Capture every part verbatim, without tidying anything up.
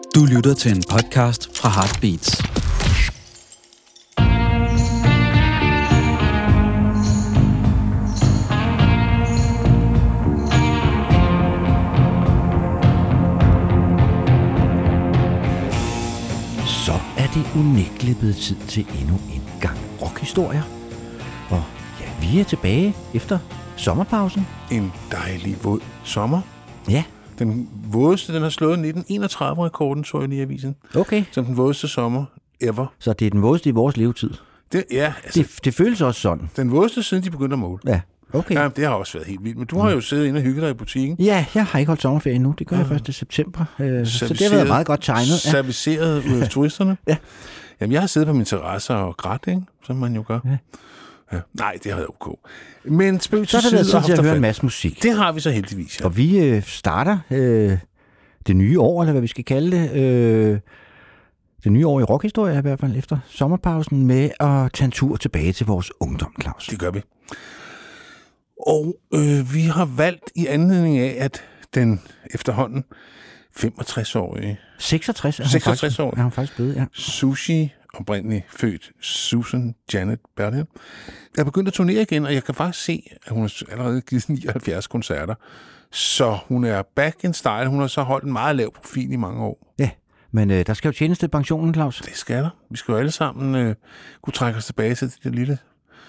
Du lytter til en podcast fra Heartbeats. Så er det unægteligt blevet tid til endnu en gang rockhistorier. Og ja, vi er tilbage efter sommerpausen. En dejlig våd sommer. Ja. Den vådeste, den har slået nitten enogtredive-rekorden, så jeg lige i avisen. Okay. Som den vådeste sommer ever. Så det er den vådeste i vores levetid. Det, ja, altså, det, det føles også sådan. Den vådeste, siden de begyndte at måle. Ja, okay. Ja, det har også været helt vildt. Men du har jo siddet inde og hygget dig i butikken. Ja, jeg har ikke holdt sommerferie endnu. Det gør jeg først i september. Øh, så det har været meget godt tegnet. Ja. Serviceret ud af turisterne. Ja. Jamen, jeg har siddet på min terrasse og grædt, ikke? Som man jo gør. Ja. Ja. Nej, det har været ok. Men spøg til så har det været tid til at høre en masse musik. Det har vi så heldigvis, ja. Og vi øh, starter øh, det nye år, eller hvad vi skal kalde det. Øh, det nye år i rockhistorie i hvert fald efter sommerpausen, med at tage en tur tilbage til vores ungdom, Claus. Det gør vi. Og øh, vi har valgt i anledning af, at den efterhånden femogtres-årige... seksogtres er hun seksogtres faktisk, år. er hun faktisk blevet, ja. Susie, oprindeligt født Susan Janet Berlin, er begyndt at turnere igen, og jeg kan faktisk se, at hun har allerede givet nioghalvfjerds koncerter. Så hun er back in style. Hun har så holdt en meget lav profil i mange år. Ja, men øh, der skal jo tjenes til pensionen, Claus. Det skal der. Vi skal jo alle sammen øh, kunne trække os tilbage til det lille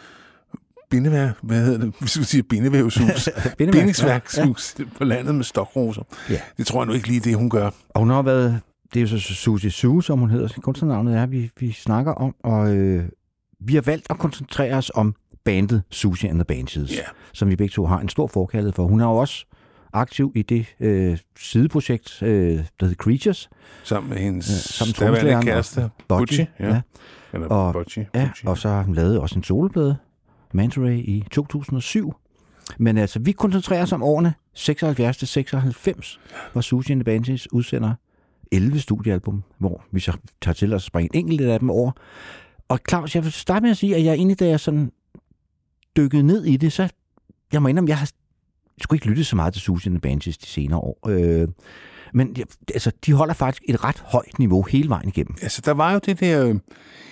bindevær, hvad hedder det, hvis du siger bindevævshus, bindingsværkshus ja. På landet med stokroser. Ja. Det tror jeg nu ikke lige det, hun gør. Og hun har været, det er jo så Susie Sue, som hun hedder, kunstnernavnet er, vi, vi snakker om, og øh, vi har valgt at koncentrere os om bandet Susie and the Banshees, ja. Som vi begge to har en stor forkærlighed for. Hun er jo også aktiv i det øh, sideprojekt, øh, der hedder Creatures. Sammen med hendes øh, daværende kæreste, Butchie. Ja. Ja. Eller og, Butchie. Ja, og så har hun lavet også en soloplade, Manta Ray, i to tusind og syv. Men altså, vi koncentrerer os om årene seksoghalvfjerds til seksoghalvfems, hvor Susie and the Banshees udsender elleve studiealbum, hvor vi så tager til at springe en enkelt af dem over. Og Claus, jeg vil starte med at sige, at jeg egentlig, da jeg sådan dykkede ned i det, så jeg må indrømme, jeg har sgu ikke lyttet så meget til Susie and the Banshees de senere år. Øh, men altså, de holder faktisk et ret højt niveau hele vejen igennem. Altså, der var jo det der øh,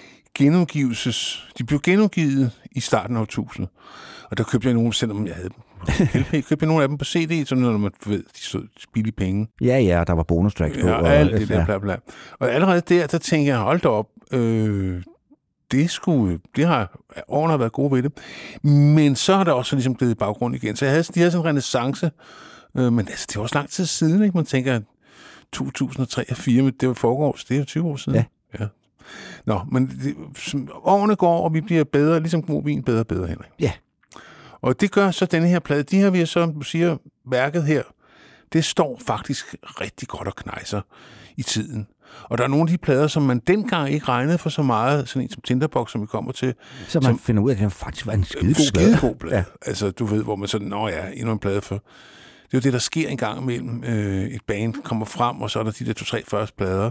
genudgivelses... De blev genudgivet i starten af årtusindet. Og der købte jeg nogle, selvom jeg havde dem. L P, købte jeg nogle af dem på C D, sådan når man ved, de stod billige penge. Ja, ja, der var bonus tracks på. Ja, og alt det der, bla, bla. Og allerede der, der tænkte jeg, hold da op, øh, det skulle, det har, årene har været gode ved det. Men så har der også ligesom blevet i baggrund igen. Så jeg havde, de havde sådan en renaissance, øh, men altså, det var også lang tid siden, ikke? Man tænker, to tusind og tre og fire, men det var foregårs, det er jo tyve år siden. Ja. Ja. Nå, men det, årene går, og vi bliver bedre, ligesom god vin, bedre og bedre, Henrik. Ja. Og det gør så denne her plade. De her, vi så, du siger, værket her, det står faktisk rigtig godt og knejser i tiden. Og der er nogle af de plader, som man dengang ikke regnede for så meget, sådan en som Tinderbox, som vi kommer til. Så man som, finder ud af, at det faktisk var en skidegod plade. Skidegod plade. Ja. Altså, du ved, hvor man sådan, nå ja, endnu en plade for. Det er jo det, der sker en gang imellem. Øh, et band kommer frem, og så er der de der to-tre første plader.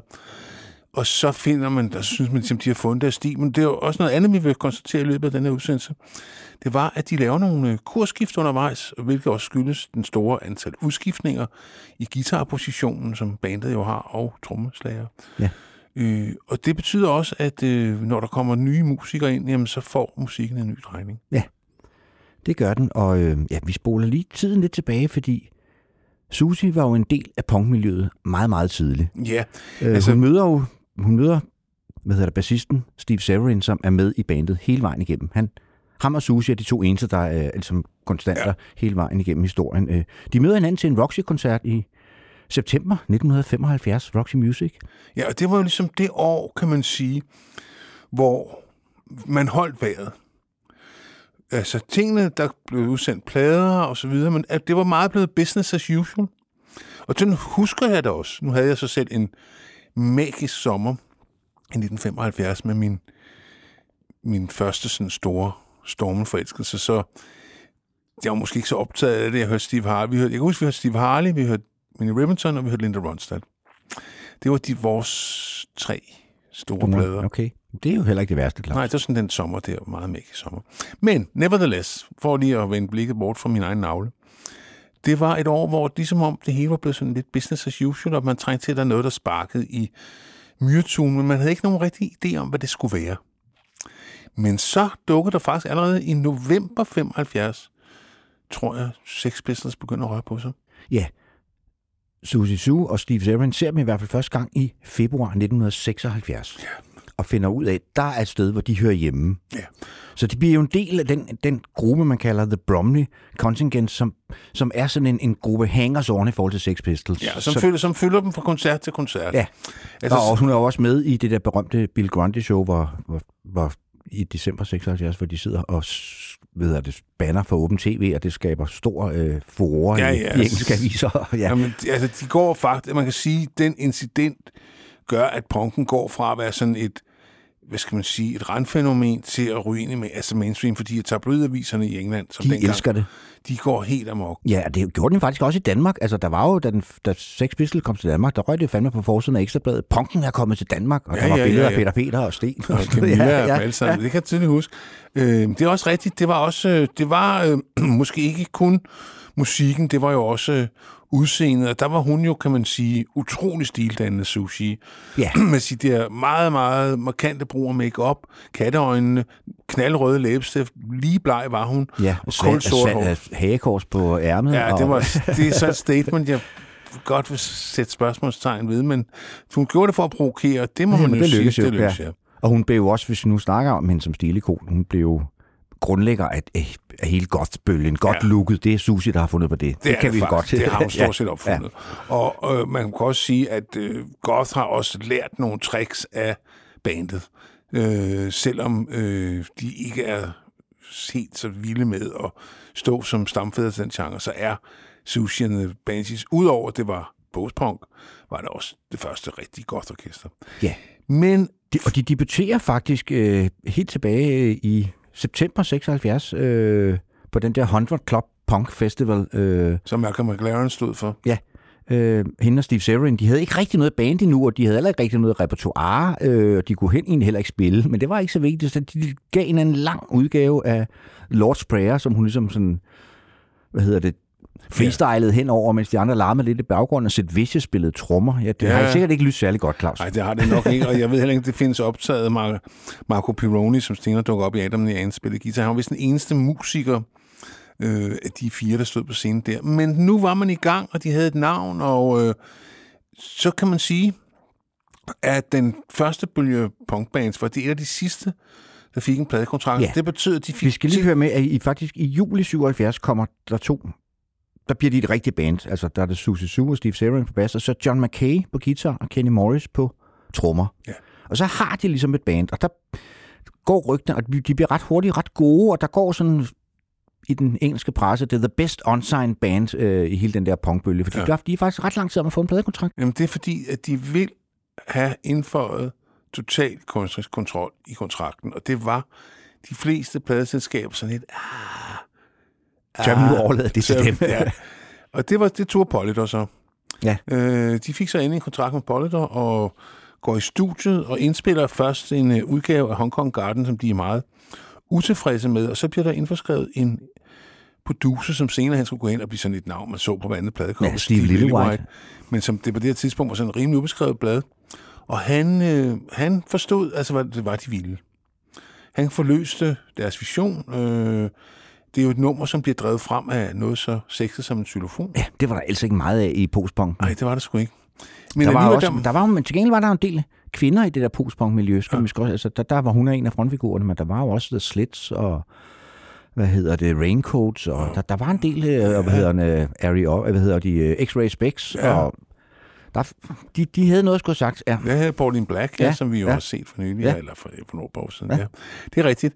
Og så finder man, der synes man, at de har fundet deres stil. Men det er jo også noget andet, vi vil konstatere i løbet af den her udsendelse. Det var, at de laver nogle kursskift undervejs, hvilket også skyldes den store antal udskiftninger i guitarpositionen, som bandet jo har, og trommeslager. Ja. Øh, og det betyder også, at øh, når der kommer nye musikere ind, jamen, så får musikken en ny drejning. Ja, det gør den. Og øh, ja, vi spoler lige tiden lidt tilbage, fordi Susie var jo en del af punkmiljøet meget, meget tidligt. Ja. Øh, altså, hun møder jo hun møder, hvad hedder det, bassisten Steve Severin, som er med i bandet hele vejen igennem. Han Ham og Susie er de to eneste, der er ligesom konstanter ja. hele vejen igennem historien. De møder hinanden til en Roxy-koncert i september nitten femoghalvfjerds, Roxy Music. Ja, og det var jo ligesom det år, kan man sige, hvor man holdt vejret. Altså tingene, der blev udsendt plader og så videre, men at det var meget blevet business as usual. Og sådan husker jeg det også. Nu havde jeg så selv en magisk sommer i nitten femoghalvfjerds med min, min første sådan store stormenforelskelse, så jeg var måske ikke så optaget af det. Jeg hørte Steve Harley. Vi hørte, jeg kan huske, vi hørte Steve Harley, vi hørte Minnie Riperton, og vi hørte Linda Ronstadt. Det var de vores tre store Dummer. plader. Okay. Det er jo heller ikke det værste, Claus. Nej, det var sådan den sommer der, meget magisk sommer. Men, nevertheless, for lige at vende blikket bort fra min egen navle, det var et år, hvor ligesom om det hele var blevet sådan lidt business as usual, og man trængte til, at der er noget, der sparkede i myretuen, men man havde ikke nogen rigtig idé om, hvad det skulle være. Men så dukkede der faktisk allerede i november femoghalvfjerds, tror jeg, Sex Pistols begynder at røre på sig. Ja. Siouxsie Sioux og Steve Zarin ser dem i hvert fald første gang i februar nitten seksoghalvfjerds. Ja. Og finder ud af, at der er et sted, hvor de hører hjemme. Ja. Så de bliver jo en del af den, den gruppe, man kalder The Bromley Contingent, som, som er sådan en, en gruppe hangers-on i forhold til Sex Pistols. Ja, som, så, følger, som følger dem fra koncert til koncert. Ja, altså, og hun er jo også med i det der berømte Bill Grundy-show, hvor, hvor, hvor i december seksoghalvfjerds, hvor de sidder og ved det, banner for åben tv, og det skaber stor øh, furore ja, i, ja, i engelske aviser. Ja. Jamen, altså, de går faktisk, man kan sige, den incident gør, at punken går fra at være sådan et, hvad skal man sige, et randfænomen til at ryge ind i altså mainstream, fordi tabloidaviserne i England, som de dengang, elsker det. De går helt amok. Ja, det gjorde den faktisk også i Danmark. Altså, der var jo, da, den, da Sex Pistols kom til Danmark, der røg det fandme på forsiden af Ekstrabladet. Punken er kommet til Danmark, og ja, der var ja, billeder ja, ja. af Peter Peter og Sten. Og Camilla ja, ja, og ja. Det kan jeg tydeligt huske. Øh, det er også rigtigt. Det var også, det var øh, måske ikke kun musikken, det var jo også øh, udseendet, og der var hun jo, kan man sige, utrolig sildannende Siouxsie. Ja. Med sit der meget, meget markante brug af make-up, katteøjnene, knaldrøde læbestift, lige bleg var hun. Ja, og sort hår. Hagekors på ærmet. Ja, det, var, det er så et statement, jeg godt vil sætte spørgsmålstegn ved, men hun gjorde det for at provokere, det må ja, man jo sige, det lykkes, ja. Og hun blev jo også, hvis vi nu snakker om hende som stilikon, hun blev jo grundlægger af, af hele goth-bølgen. Godt ja. looket, det er Siouxsie, der har fundet på det. Det, det kan vi faktisk. godt. Det har hun stort set opfundet. Ja. Og øh, man kan også sige, at øh, goth har også lært nogle tricks af bandet. Øh, selvom øh, de ikke er helt så vilde med at stå som stamfædre til den genre, så er Siouxsie and the Banshees, udover det var post-punk, var det også det første rigtige goth-orkester. Ja. Men de, og de debuterer faktisk øh, helt tilbage i september seksoghalvfjerds øh, på den der hundrede Club Punk Festival. Øh, Som Malcolm McLaren stod for. Ja. Øh, hende og Steve Zarin, de havde ikke rigtig noget band endnu, og de havde heller ikke rigtig noget repertoire, øh, og de kunne hen egentlig heller ikke spille, men det var ikke så vigtigt, så de gav en, en lang udgave af Lord's Prayer, som hun ligesom sådan, hvad hedder det, freestylede henover, mens de andre larmede lidt i baggrunden, og Sid Vicious spillede trommer. Ja, det ja. har jeg sikkert ikke lyst særlig godt, Claus. Nej, det har det nok ikke, og jeg ved heller ikke, det findes optaget Mar- Marco Pirroni, som senere dukker op i Adam Nian spillede guitar. Han var vist den eneste musiker øh, af de fire, der stod på scenen der. Men nu var man i gang, og de havde et navn, og øh, så kan man sige, at den første bølge punkbands var det et af de sidste, der fik en pladekontrakt. Ja. Det betød, at de fik... Vi skal lige høre med, at i, faktisk i juli syvoghalvfjerds kommer der to... Der bliver de et rigtigt band. Altså, der er det Siouxsie Sioux og Steve Zarin på bass, og så John McKay på guitar og Kenny Morris på trommer. Ja. Og så har de ligesom et band, og der går rygterne, og de bliver ret hurtigt ret gode, og der går sådan i den engelske presse, det er the best on-sign band øh, i hele den der punkbølge, fordi ja. de er faktisk ret lang tid om at få en pladekontrakt. Jamen, det er fordi, at de vil have indføjet total kunstnerisk kontrol i kontrakten, og det var de fleste pladeselskaber sådan lidt... Ah, Så jeg vil nu overlade det til dem. Ja. Og det var det tog Polydor så. Ja. Øh, de fik så endelig en kontrakt med Polydor og går i studiet og indspiller først en uh, udgave af Hong Kong Garden, som de er meget utilfredse med, og så bliver der indforskrevet en producer, som senere han skulle gå ind og blive sådan et navn, man så på vandet pladecover. Ja, Steve Lillywhite. Men som det på det her tidspunkt var sådan en rimelig ubeskrevet blad. Og han, øh, han forstod, altså hvad det var, de ville. Han forløste deres vision. Øh, det er jo et nummer, som bliver drevet frem af noget så sexet som en xylofon. Ja, det var der altså ikke meget af i postpunk. Nej, det var der sgu ikke. Men der var også, der, der var, men til gengæld var der en del kvinder i det der postpunk-miljø. Ja. Altså, der, der var hun en af frontfigurerne, men der var jo også The Slits og hvad hedder det, Raincoats, og der, der var en del, ja. hvad hedder det, Ari, hvad hedder de, X-Ray Specs, ja. og der, de, de havde noget at skulle have sagt. Ja. Det havde Pauline Black, ja, ja, som vi jo ja. har set for nylig, ja. eller for, for nogle år siden. Ja. Ja. Det er rigtigt.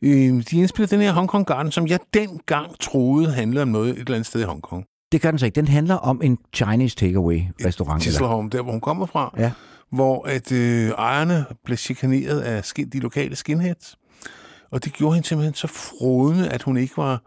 De indspillede den her Hong Kong Garden, som jeg dengang troede handlede om noget et eller andet sted i Hong Kong. Det gør den så ikke. Den handler om en Chinese takeaway-restaurant. Tisselholm, der hvor hun kommer fra, ja. hvor at, øh, ejerne blev chikaneret af skin, de lokale skinheads. Og det gjorde hende simpelthen så frodende, at hun ikke var,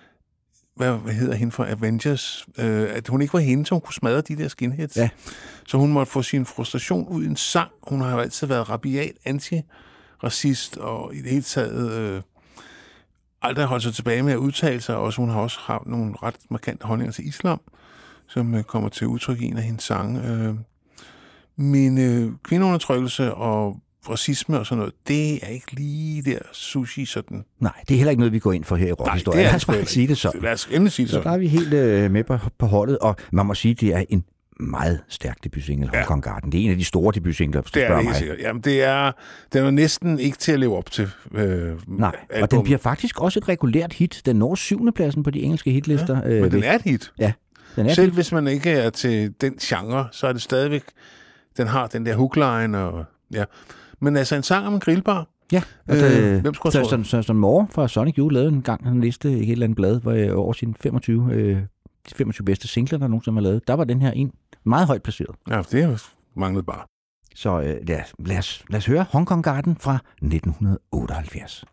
hvad, hvad hedder hende for Avengers, øh, at hun ikke var hende, så hun kunne smadre de der skinheads. Ja. Så hun måtte få sin frustration ud i en sang. Hun har jo altid været rabiat anti-racist, og i det hele taget øh, aldrig holdt sig tilbage med at udtale sig. Også, hun har også haft nogle ret markante holdninger til islam, som øh, kommer til udtryk i en af hendes sange. Øh, men øh, kvindeundertrykkelse og racisme og sådan noget, det er ikke lige der sushi sådan. Nej, det er heller ikke noget, vi går ind for her i rockhistorien. Lad os bare sige det sådan. Lad os endelig sige det sådan. Så der er vi helt øh, med på, på holdet, og man må sige, det er en meget stærk debutsingle, ja. Hong Kong Garden. Det er en af de store debutsingler, hvis du spørger mig. Det er det helt sikkert. Jamen, det er, den er næsten ikke til at leve op til øh, Nej, album. Og den bliver faktisk også et regulært hit. Den når syvende pladsen på de engelske hitlister. Ja, men øh, den er et hit. Ja, den er Selv hit. Hvis man ikke er til den genre, så er det stadigvæk, den har den der hookline, og ja. Men altså en sang om en grillbar. Ja, og øh, hvem skulle så, så, så, så Moore fra Sonic Youth lavede en gang en liste i et eller andet blad, hvor jeg over sine femogtyve, øh, de femogtyve bedste singler, der nogensinde har lavet. Der var den her en meget højt placeret. Ja, det manglede bare. Så øh, lad, lad, os, lad os høre Hong Kong Garden fra nitten otteoghalvfjerds.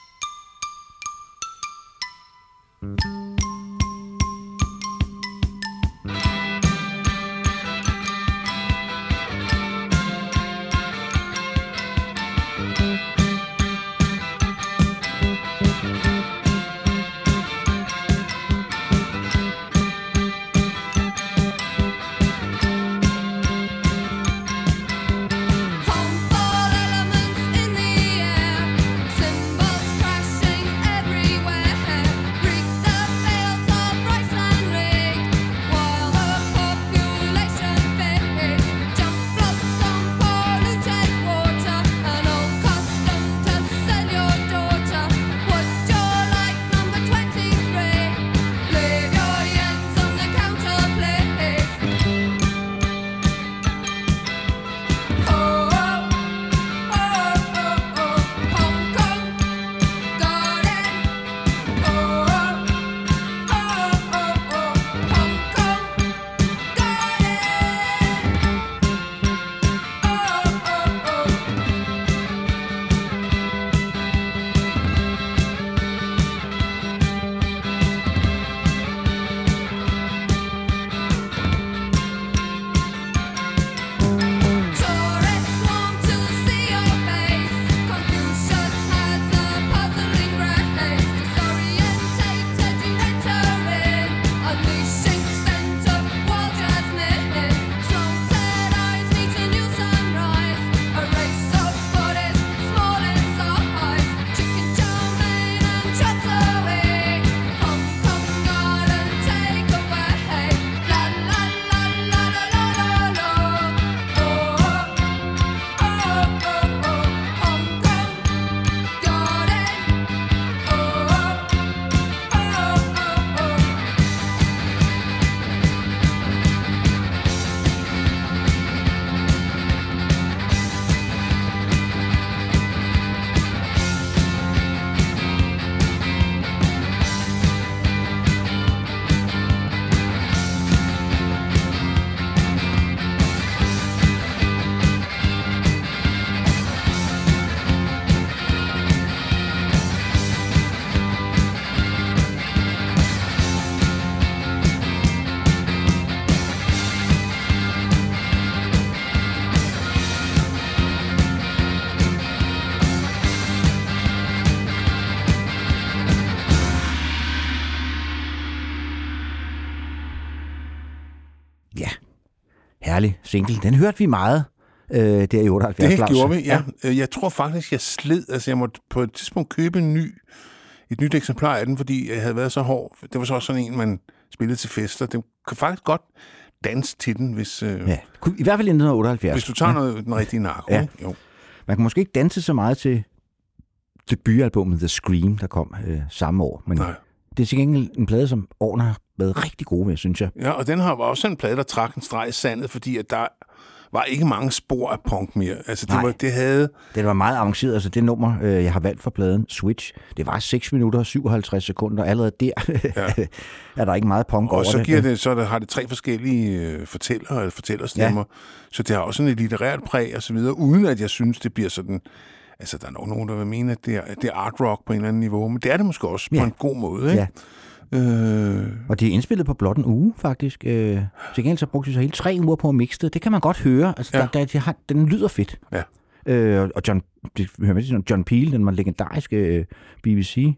Herlig single. Den hørte vi meget øh, der i otteoghalvfjerds. Det Lars. gjorde vi, ja. ja. Jeg tror faktisk, jeg sled. Altså, jeg måtte på et tidspunkt købe en ny, et nyt eksemplar af den, fordi jeg havde været så hård. Det var så også sådan en, man spillede til fester. Det kan faktisk godt danse til den, hvis... Øh, ja. I hvert fald i nitten otteoghalvfjerds. Hvis du tager ja. noget, den rigtige narko. Ja. Jo. Man kan måske ikke danse så meget til debutalbummet The Scream, der kom øh, samme år. Men Nej. det er til gengæld en plade, som årene har været rigtig gode med, synes jeg. Ja, og den har også en plade, der trak en streg i sandet, fordi at der var ikke mange spor af punk mere. Altså, det, var, det havde... Det var meget avanceret. Altså, det nummer, øh, jeg har valgt for pladen, Switch, det var seks minutter og syvoghalvtreds sekunder. Allerede der ja. er der ikke meget punk og over så det. Giver det. Så der har det tre forskellige øh, fortællere eller fortællerstemmer. Ja. Så det har også sådan et litterært præg og så videre, uden at jeg synes, det bliver sådan... Altså, der er nok nogen, der vil mene, at det er, at det er art rock på en eller anden niveau, men det er det måske også ja. på en god måde, ikke? Ja. Øh... Og det er indspillet på blot en uge, faktisk. Øh, til gengæld så brugte de så hele tre uger på at mixe det. Det kan man godt høre. Altså, ja. der, der, der, har, den lyder fedt. Ja. Øh, og John, det, hører med, John Peel, den var legendariske øh, B B C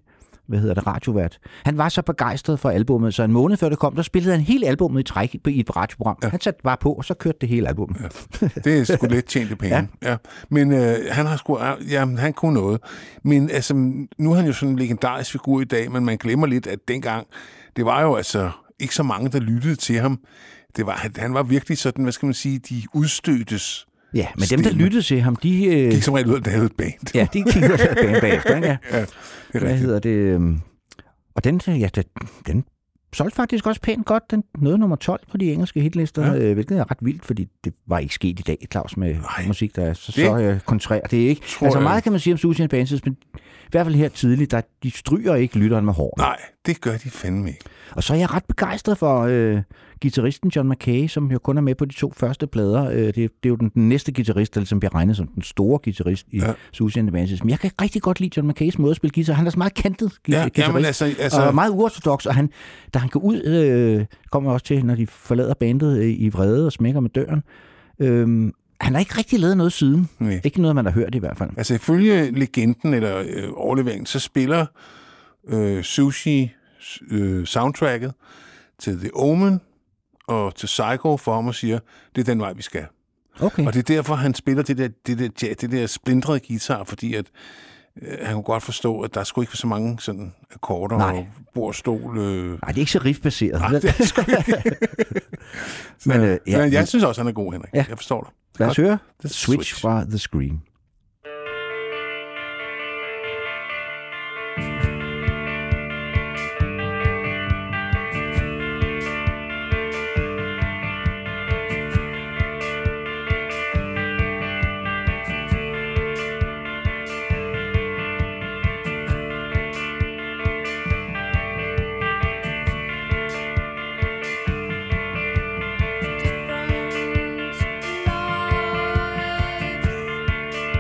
hvad hedder det, radiovært. Han var så begejstret for albummet, så en måned før det kom, der spillede han hele albummet i træk i et radioprogram. Ja. Han satte bare på, og så kørte det hele albummet. Ja. Det er sgu lidt tjente penge. Ja. Ja. Men øh, han har sgu, ja, han kunne noget. Men altså, nu er han jo sådan en legendarisk figur i dag, men man glemmer lidt, at dengang, det var jo altså ikke så mange, der lyttede til ham. Det var, han var virkelig sådan, hvad skal man sige, de udstødtes. Ja, men dem, der lyttede til ham, de... Øh... gik som regel ud og lavede et band. Ja, de gik ud og lavede band bagefter, ikke? Ja, ja, det er hvad hedder det? Øh... Og den, ja, den, den solgte faktisk også pænt godt. Den nåede nummer tolv på de engelske hitlister, ja. øh, hvilket er ret vildt, fordi det var ikke sket i dag, Claus, med Ej, musik, der er så, så øh, kontrær. Det er ikke... Altså meget kan man sige om Susie and the Banshees, men i hvert fald her tidligt, der, de stryger ikke lytteren med hår. Nej, det gør de fandme ikke. Og så er jeg ret begejstret for øh, guitaristen John Mackay, som jo kun er med på de to første plader. Øh, det, det er jo den, den næste guitarist, der ligesom bliver regnet som den store guitarist i ja. Susie and the Banshees. Men jeg kan rigtig godt lide John Mackays måde at spille guitar. Han er så meget kantet ja, guitarist, altså, altså... og meget uortodox. Og han, da han går ud, øh, kommer også til, når de forlader bandet øh, i vrede og smækker med døren. Øh, Han har ikke rigtig lavet noget siden. Nej. Ikke noget, man har hørt i hvert fald. Altså ifølge legenden eller øh, overleveringen, så spiller øh, Susie øh, soundtracket til The Omen og til Psycho for ham og siger, det er den vej, vi skal. Okay. Og det er derfor, han spiller det der, det der, det der splindrede guitar, fordi at, øh, han kunne godt forstå, at der skulle ikke så mange sådan akkorder og bordstol. Øh... Nej, det er ikke så riffbaseret. Nej, det er sgu ikke. men, øh, ja, men jeg synes også, han er god, Henrik. Ja. Jeg forstår dig. Lad os høre The Switch, Switch fra The Scream. Different lives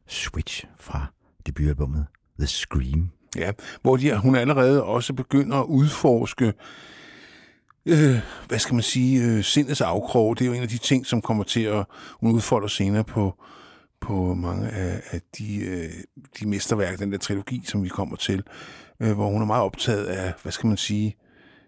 Switch fra debutalbummet The Scream. Ja, hvor de, hun allerede også begynder at udforske, øh, hvad skal man sige, øh, sindets afkrog. Det er jo en af de ting, som kommer til at hun udfolder senere på, på mange af, af de, øh, de mesterværker, den der trilogi, som vi kommer til, øh, hvor hun er meget optaget af, hvad skal man sige,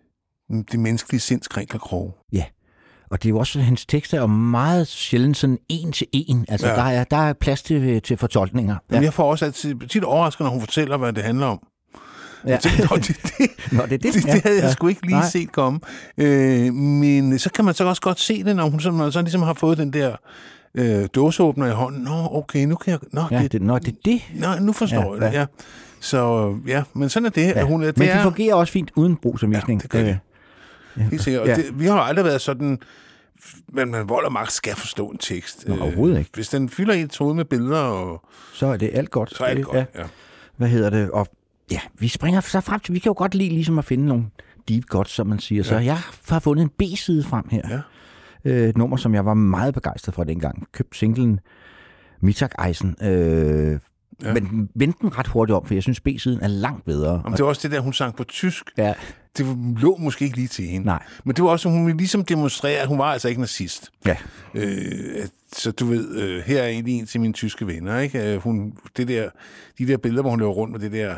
det menneskelige sinds krinkelkrog. Ja, og det er jo også, hans tekster er meget sjældent sådan en til en. Altså, ja. der, er, der er plads til, til fortolkninger. Ja. Men jeg får også altid tit overrasket, når hun fortæller, hvad det handler om. Ja. Tænkte, Nå, det, det, Nå, det, det, det, det havde ja. jeg sgu ikke lige Nej. set komme. Øh, men så kan man så også godt se det, når hun så, når så ligesom har fået den der øh, dåseåbner i hånden. Nå, okay, nu kan jeg... Nå, ja, det, det, nå, det er det. Nå, nu forstår ja, jeg det, ja. Så ja, men sådan er det. Ja. Hun, det men er, det fungerer også fint uden brugsanvisning. Ja, det gør det. Ja. Helt sikkert. Ja. Det, vi har jo aldrig været sådan... Men man vold og magt skal forstå en tekst. Nå, overhovedet ikke. Hvis den fylder ens hoved med billeder, og... så er det alt godt. Så er det godt, ja. ja. Hvad hedder det? Og ja, vi springer så frem til... Vi kan jo godt lide ligesom at finde nogle deep cuts, som man siger. Ja. Så jeg har fundet en B-side frem her. Ja. Øh, et nummer, som jeg var meget begejstret for dengang. Købte singlen Mittageisen. Øh, ja. Men vendte den ret hurtigt om, for jeg synes, B-siden er langt bedre. Jamen, det var også det der, hun sang på tysk. Ja. Det lå måske ikke lige til hende. Nej. Men det var også, hun ville ligesom demonstrere, at hun var altså ikke nazist. Ja. Øh, så du ved, øh, her er egentlig en til mine tyske venner, ikke? Øh, hun, det der, de der billeder, hvor hun løber rundt med det der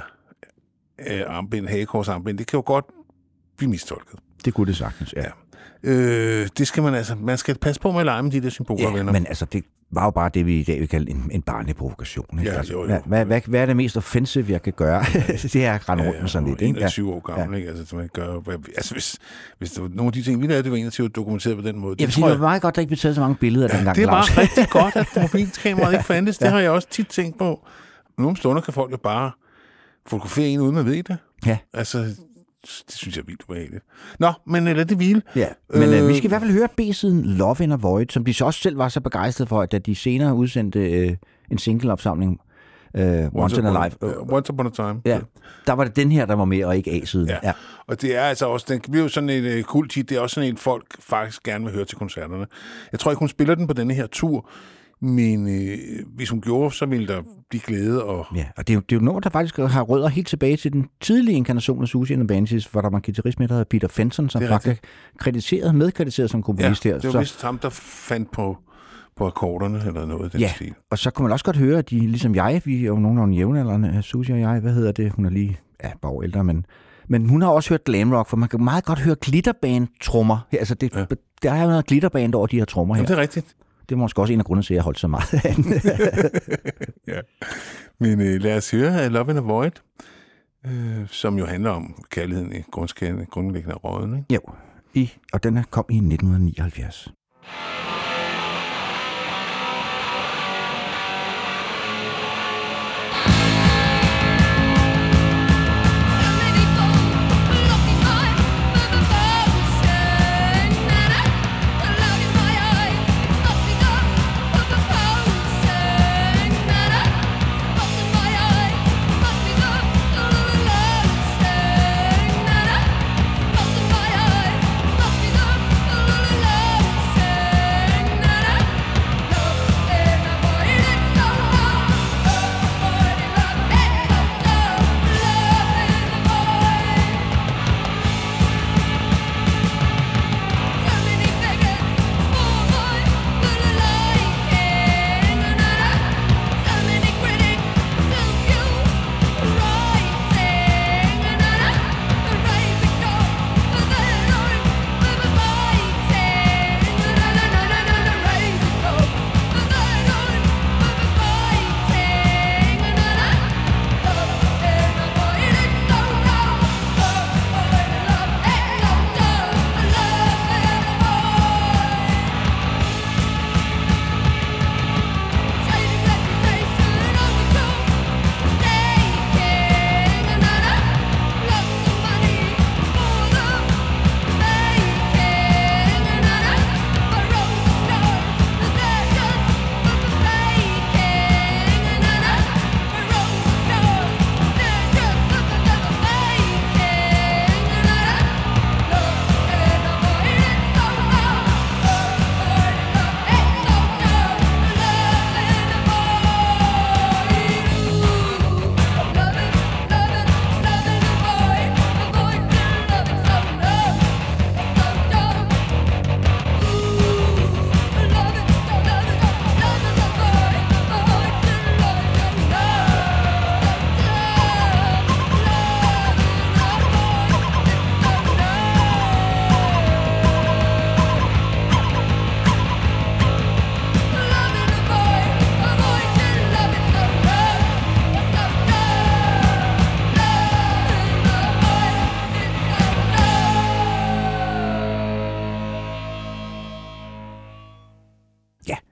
øh, armbind, hagekorsarmbind, det kan jo godt blive mistolket. Det kunne det sagtens, ja. ja. Øh, det skal man altså, man skal passe på med at lege med de der symboler, ja, venner. Men altså, det var jo bare det, vi i dag vil kalde en, en barneprovokation. Ikke? Ja, altså, jo, jo. Hvad, hvad, hvad, hvad er det mest offensive, jeg kan gøre? Det er at rende rundt ja, med sådan lidt. Ikke? enogtyve år gammel, ja. Ikke? Altså, man gør, altså, hvis, hvis der var nogle af de ting, vi lavede, det var enogtyve dokumenteret på den måde. Jeg vil sige, det var meget godt, der ikke blev taget så mange billeder ja, dengang. Det er bare rigtig godt, at mobilkameraet ikke fandtes. Det ja. har jeg også tit tænkt på. Nogle stunder kan folk jo bare fotografere en, uden at vide det. Ja. Altså, det synes jeg er vildt ubehageligt. Nå, men lad det hvile. Ja, men øh, vi skal i hvert fald høre B-siden Love in a Void, som de så også selv var så begejstrede for, at da de senere udsendte øh, en single-opsamling, øh, Once, Once in a Life. Uh, Once Upon a Time. Ja, der var det den her, der var med, og ikke A-siden. Ja. ja, og det er altså også, den bliver jo sådan et uh, kult hit, det er også sådan en, folk faktisk gerne vil høre til koncerterne. Jeg tror ikke, hun spiller den på denne her tur, men øh, hvis hun gjorde, så ville der blive glæde. Og... Ja, og det er, jo, det er jo noget, der faktisk har rødder helt tilbage til den tidlige inkarnation af Siouxsie and the Banshees, hvor der var en guitarist med, der hedder Peter Fenton, som faktisk krediteret, medkrediteret som komponist ja, her. det var vist ham, der fandt på, på akkorderne eller noget. Den ja, stil. Og så kunne man også godt høre, at de, ligesom jeg, vi er jo nogle af de jævnaldrende, Siouxsie og jeg, hvad hedder det, hun er lige, ja, bare år ældre, men, men hun har også hørt glam rock, for man kan meget godt høre glitterband-trommer. Altså, det, ja. Der er jo noget glitterband over de her trommer her. Jamen, det er rigtigt. Det var måske også en af grundene til, at jeg holdt så meget af den. ja. Men øh, lad os høre Love in a Void, øh, som jo handler om kærligheden i grundlæggende af råden. Ikke? Jo, i, og den kom i nitten nioghalvfjerds. Stop in my eyes, stop me up,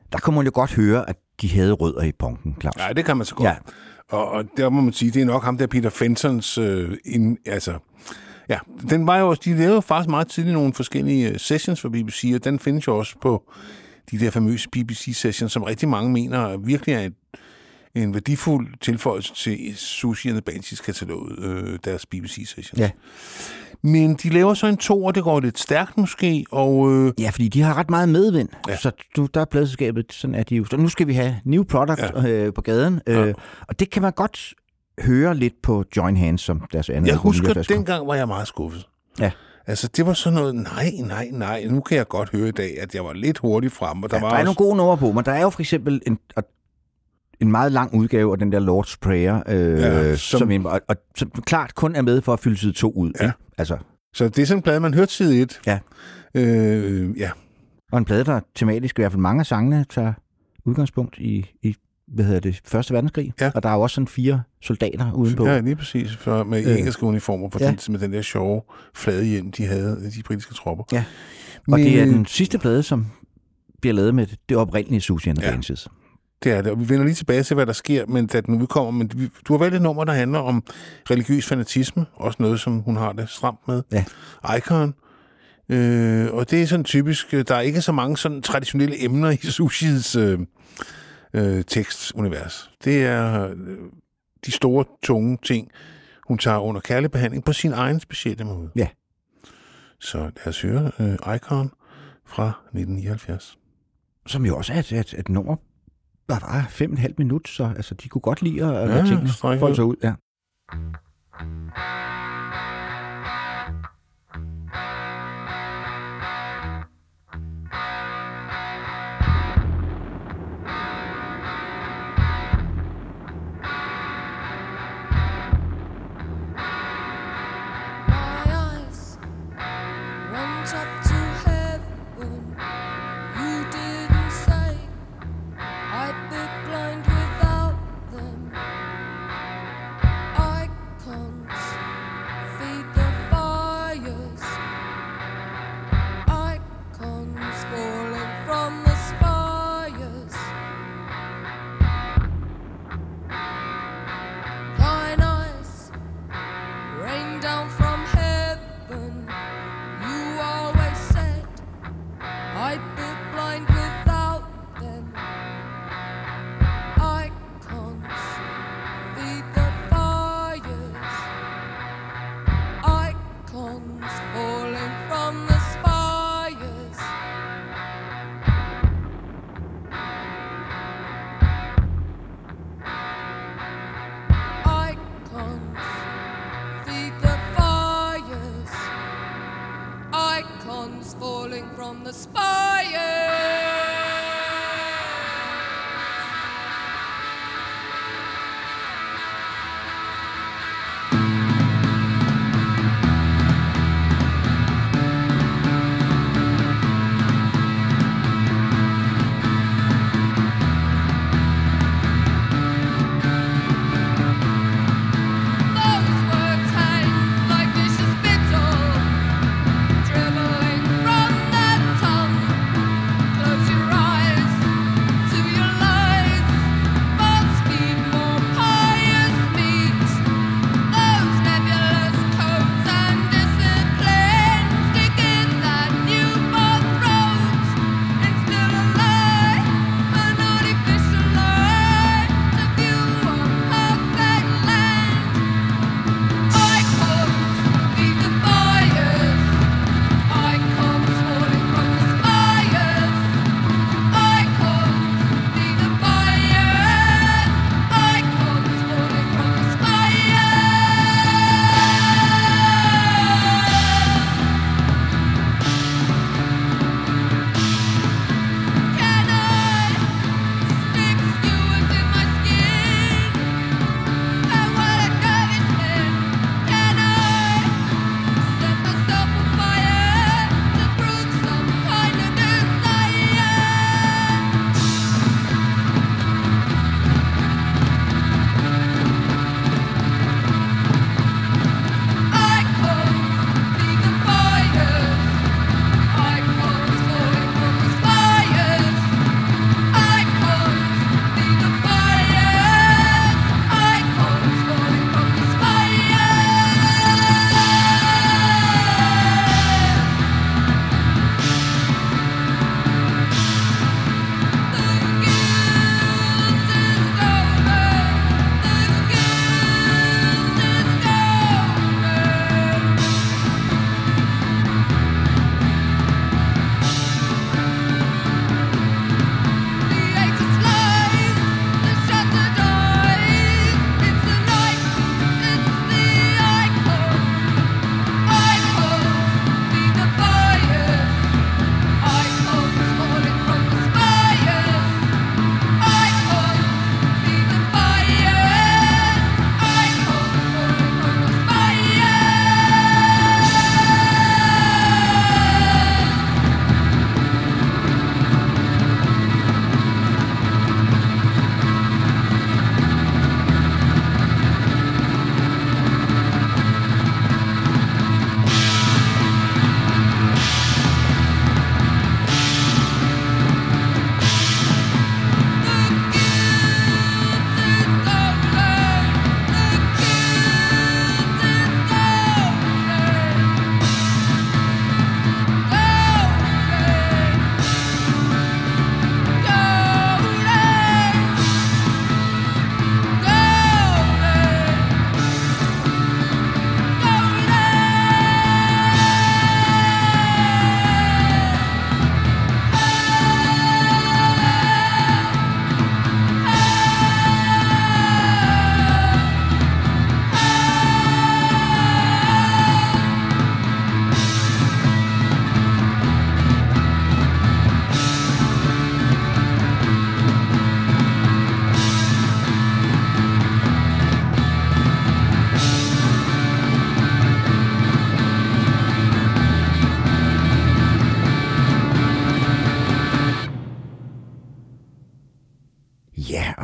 der kunne man jo godt høre, at de havde rødder i punken, Claus. Ja, det kan man så godt. Ja. Og, og der må man sige, det er nok ham der Peter Fentons... Øh, in, altså, ja, den var jo også... De lavede faktisk meget tidligt nogle forskellige sessions for B B C, og den findes jo også på de der famøse B B C-sessions, som rigtig mange mener virkelig er et, en værdifuld tilføjelse til Susie and the Banshees katalog, øh, deres B B C-sessions. Ja. Men de laver så en to, og det går lidt stærkt måske, og... Øh, ja, fordi de har ret meget medvind, ja. Så du, der er pladeselskabet, sådan er de jo. Så nu skal vi have new product ja. øh, på gaden, øh, ja. Og det kan man godt høre lidt på Join Hands, som deres andet. Jeg husker, at dengang var jeg meget skuffet. Ja. Altså, det var sådan noget, nej, nej, nej, nu kan jeg godt høre i dag, at jeg var lidt hurtigt frem. Og der, ja, var der er også... nogle gode numre på, men der er jo for eksempel en... en meget lang udgave af den der Lord's Prayer, øh, ja, som, som, en, og, og, som klart kun er med for at fylde side to ud. Ja. Ikke? Altså. Så det er sådan en plade, man hørte side et. Ja. Øh, ja. Og en plade, der tematisk, i hvert fald mange af sangene, tager udgangspunkt i, i hvad hedder det, Første Verdenskrig. Ja. Og der er jo også sådan fire soldater udenpå. Ja, lige præcis. For, med øh. engelske uniformer, på ja. den, med den der sjove fladehjelm, de havde, de britiske tropper. Ja. Og Men... det er den sidste plade, som bliver lavet med det oprindelige Susie and the Banshees. Det er det, og vi vender lige tilbage til, hvad der sker, men da den udkommer. Men vi, du har valgt et nummer, der handler om religiøs fanatisme, også noget, som hun har det stramt med. Ja. Icon. Øh, og det er sådan typisk, der er ikke så mange sådan traditionelle emner i Susies øh, øh, tekstunivers. Det er øh, de store, tunge ting, hun tager under kærlig behandling på sin egen specielle måde. Ja. Så lad os høre øh, Icon fra nitten nioghalvfjerds. Som jo også er et, et, et nummer, der var fem og et halvt minut, så altså, de kunne godt lide at ja, lade tingene folde sig ud. Ja.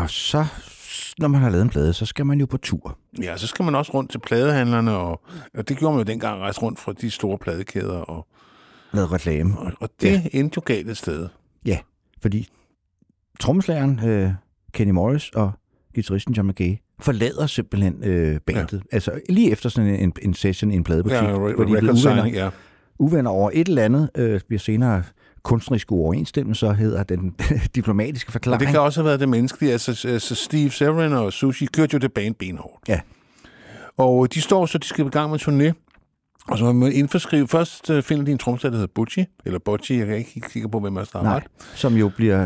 Og så, når man har lavet en plade, så skal man jo på tur. Ja, så skal man også rundt til pladehandlerne, og, og det gjorde man jo dengang, rejse rundt fra de store pladekæder. Og, Lavet reklame. og, og det Ja. endte jo galt et sted. Ja, fordi trommeslageren øh, Kenny Morris og guitaristen John McGay forlader simpelthen øh, bandet. Ja. Altså lige efter sådan en, en session i en pladebutik. Ja, hvor de re- er blevet record signing, uvenner, ja. uvenner over et eller andet, øh, bliver senere kunstneriske uoverensstemmelser, hedder den diplomatiske Og forklaring. det kan også have været det menneskelige. Altså, altså Steve Severin og Susie kørte jo det band benhårdt. Ja. Og de står så, de skal i gang med en turné. Og så må man indforskrive. Først uh, finder de en trommeslager, der hedder Butchie, eller Butchie, jeg kan ikke kigge sikker på, hvem der har Nej, ret. som jo bliver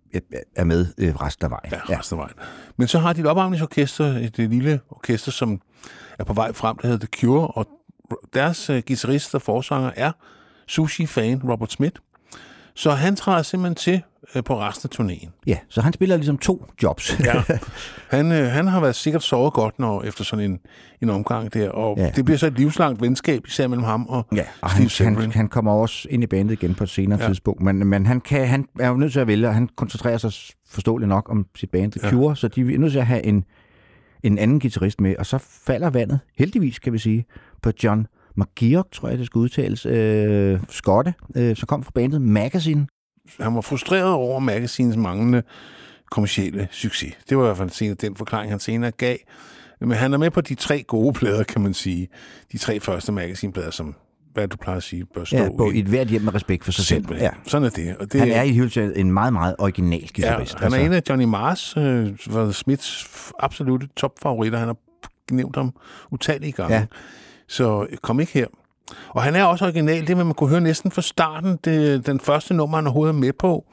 er med øh, resten af vejen. Ja, resten af vejen. Men så har de et opvarmningsorkester, et, et lille orkester, som er på vej frem, der hedder The Cure, og deres uh, guitarist og forsanger er Sushi-fan Robert Smith. Så han træder simpelthen til uh, på resten af turnéen. Ja, så han spiller ligesom to jobs. Ja. Han, øh, han har været sikkert sovet godt når, efter sådan en, en omgang der, og Ja. det bliver så et livslangt venskab, især mellem ham og, Ja, og Steve han, Severin. han, han kommer også ind i bandet igen på et senere Ja. ja. tidspunkt, men, men han, kan, han er jo nødt til at vælge, og han koncentrerer sig forståeligt nok om sit band The Ja. Cure, så de er nødt til at have en, en anden guitarist med, og så falder vandet, heldigvis kan vi sige, på John McGeoch, tror jeg det skal udtales, øh, skotte, øh, som kom fra bandet Magazine. Han var frustreret over Magazines manglende kommercielle succes. Det var i hvert fald senere, den forklaring, han senere gav. Men han er med på de tre gode plader, kan man sige. De tre første Magazine-plader, som, hvad du plejer at sige, bør stå Ja, på i. et hvert hjem med respekt for sig selv. Simpelthen. Ja. Sådan er det. Og det Han er i hele taget en meget, meget original ja, guitarist. han er en af Johnny Marrs, øh, var Smiths absolutte topfavoritter. Han har nævnt ham utallige gange. Ja. Så kom ikke her. Og han er også original, det vil man kunne høre næsten fra starten. Det, den første nummer, han overhovedet er med på,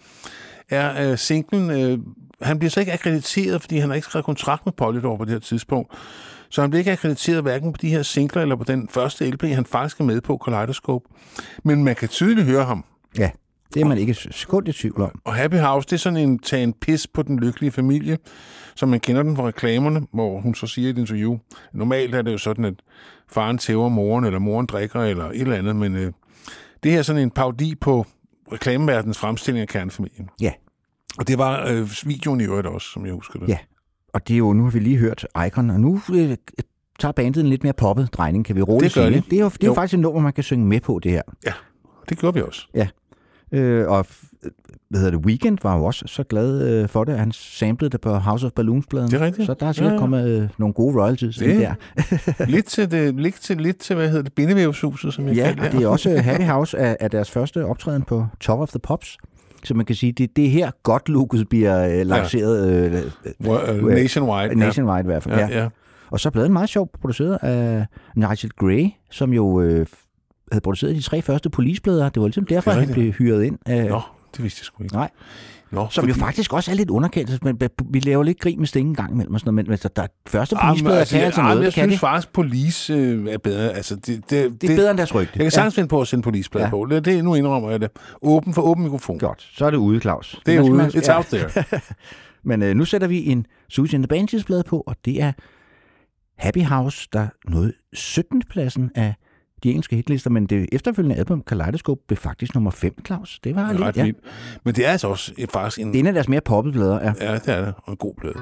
er øh, singlen. Øh, han bliver så ikke akkrediteret, fordi han har ikke skrevet kontrakt med Polydor på det her tidspunkt. Så han bliver ikke akkrediteret hverken på de her singler, eller på den første L P, han faktisk er med på, Kaleidoscope. Men man kan tydeligt høre ham. Ja, det er man ikke sekund i tvivl om. Og Happy House, det er sådan en tage en pis på den lykkelige familie, som man kender den fra reklamerne, hvor hun så siger i et interview. Normalt er det jo sådan, at faren tæver moren, eller moren drikker, eller et eller andet, men øh, det her er sådan en parodi på reklameverdens fremstilling af kernefamilien. Ja. Og det var øh, videoen i øvrigt også, som jeg husker det. Ja, og det er jo, nu har vi lige hørt Icon, og nu øh, tager bandet en lidt mere poppet drejning, kan vi roligt Det gør sige. de. Det er jo, det er jo Jo. faktisk en nummer, man kan synge med på, det her. Ja, det gjorde vi også. Øh, og hvad hedder det, Weekend var jo også så glad øh, for det, at han samplede det på House of Balloons-pladen. Det er rigtigt. Så der er sikkert Ja, ja. kommet øh, nogle gode royalties Det- ind der. lidt til, det, lidt til, lidt til hvad hedder det, bindevævshuset, som jeg Ja, kalder og det er også Happy House af, af deres første optræden på Top of the Pops. Så man kan sige, det, det er her godt looket bliver øh, lanceret øh, Well, uh, nationwide. nationwide i hvert fald. Ja, ja. Og så er pladen meget sjovt produceret af Nigel Gray, som jo øh, havde produceret de tre første Police-plader. Det var ligesom derfor, Det er han rigtigt. blev hyret ind. Øh, Nå, det vidste jeg sgu ikke. Nej. Nå, Som jo faktisk også er lidt underkendt. Men vi laver lidt grin med Sting en gang imellem og sådan noget, men der, der første Ah, men Police-plader altså, kan altså ah, noget. men jeg Det kan synes det. faktisk, Police øh, er bedre. Altså, det, det, Det er bedre end deres rygte. Jeg kan sagtens finde på at sende Police-plader Ja. på. Det, det, nu indrømmer jeg det. Åben for åben mikrofon. Godt, så er det ude, Claus. Det er Man skal- ude. man skal- It's out there. Men øh, nu sætter vi en Susie and the Banshees-plade på, og det er Happy House, der nåede syttende pladsen af de engelske hitlister, men det efterfølgende album, Kaleidoscope, blev faktisk nummer fem, Claus. Det var Det er lidt, ret ja. vildt. Men det er altså også et, faktisk en... Det er en af deres mere poppede plader, ja. Ja, det er det. Og en god plade.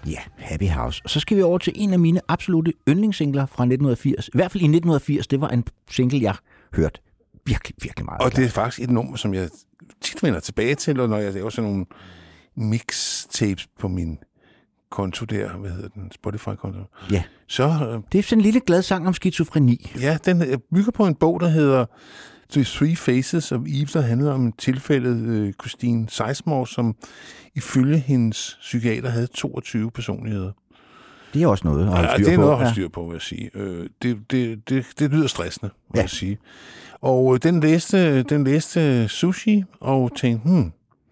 Ja, Happy House. Og så skal vi over til en af mine absolutte yndlingssingler fra nitten firs. I hvert fald i nitten firs, det var en single, jeg hørte virkelig, virkelig meget. Og det er faktisk et nummer, som jeg tit vender tilbage til, og når jeg laver sådan nogle mixtapes på min konto der, hvad hedder den, Spotify-konto. Ja, så, øh, det er sådan en lille glad sang om skizofreni. Ja, den bygger på en bog, der hedder The Three Faces of Eve, der handler om tilfældet øh, Christine Sizemore, som ifølge hendes psykiater havde toogtyve personligheder. Det er også noget at holde styr på. Ja, det er noget at holde styr på, vil jeg sige. Øh, det, det, det, det lyder stressende, vil ja. jeg sige. Og øh, den læste, den læste Sushi og tænkte, hmm,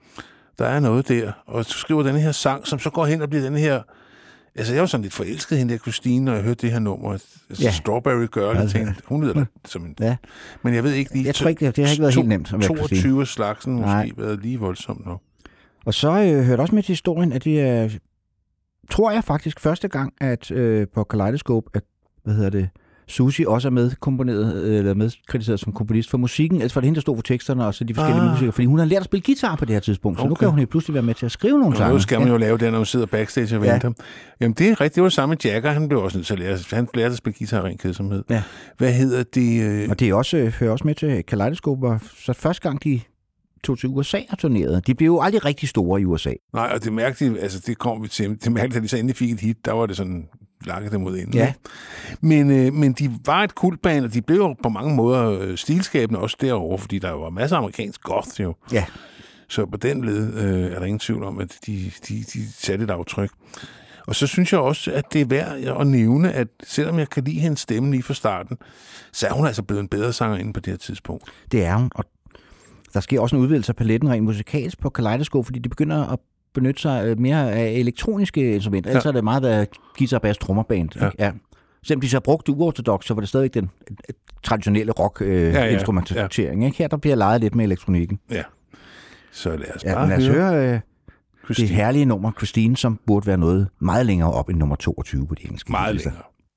der er noget der. Og så skriver den her sang, som så går hen og bliver den her... Altså, jeg var sådan lidt forelsket hende der, Christine, når jeg hørte det her nummer. Altså, ja. Strawberry Girl, jeg tænkte, hun lyder da som en... Ja. Men jeg ved ikke lige... Jeg tror ikke, det, det har ikke været to, helt nemt. At toogtyve slagsen måske Nej. været lige voldsomt nok. Og så øh, hørte også med til historien, at det er, tror jeg faktisk, første gang, at øh, på Kaleidoscope, at, hvad hedder det, Susie også er medkomponeret, eller medkritiseret som komponist for musikken, altså for det hende, der stod for teksterne, og så de forskellige ah. musikere, fordi hun har lært at spille guitar på det her tidspunkt, så okay. nu kan hun jo pludselig være med til at skrive nogle sange. Nu skal man jo ja. lave det, når hun sidder backstage og venter. Ja. Jamen det er rigtigt, det var det samme med Jagger, han blev også nødt til at lære, han lærte at spille guitar ren kedsomhed. Ja. Hvad hedder det? Øh... Og det er også, hører også med til Kaleidoscope, og så første gang de tog til U S A og turnerede. De blev jo aldrig rigtig store i U S A. Nej, og det mærkeligt, altså det kom vi til, det mærkeligt, at de så endelig fik et hit, der var det sådan lakket dem mod enden. Ja. Men, øh, men de var et kultband, og de blev jo på mange måder øh, stilskabende også derovre, fordi der var masser af amerikansk goth jo. Ja. Så på den led øh, er der ingen tvivl om, at de, de, de satte et aftryk. Og så synes jeg også, at det er værd at nævne, at selvom jeg kan lide hendes stemme lige fra starten, så er hun altså blevet en bedre sangerinde på det her tidspunkt. Det er hun, og der sker også en udvidelse af paletten rent musikalsk på Kaleidoscope, fordi de begynder at benytte sig mere af elektroniske instrumenter. Ja. Ellers er det meget været guitar, bass, trommerband. Ja. Ja. Selvom de så brugte uortodox, så var det stadigvæk den traditionelle rock-instrumentering. Øh, ja, ja, ja. Her der bliver leget lidt med elektronikken. Ja. Så lad os ja, bare lad os høre, høre øh, det herlige nummer Christine, som burde være noget meget længere op end nummer toogtyve på de engelske. Meget længere.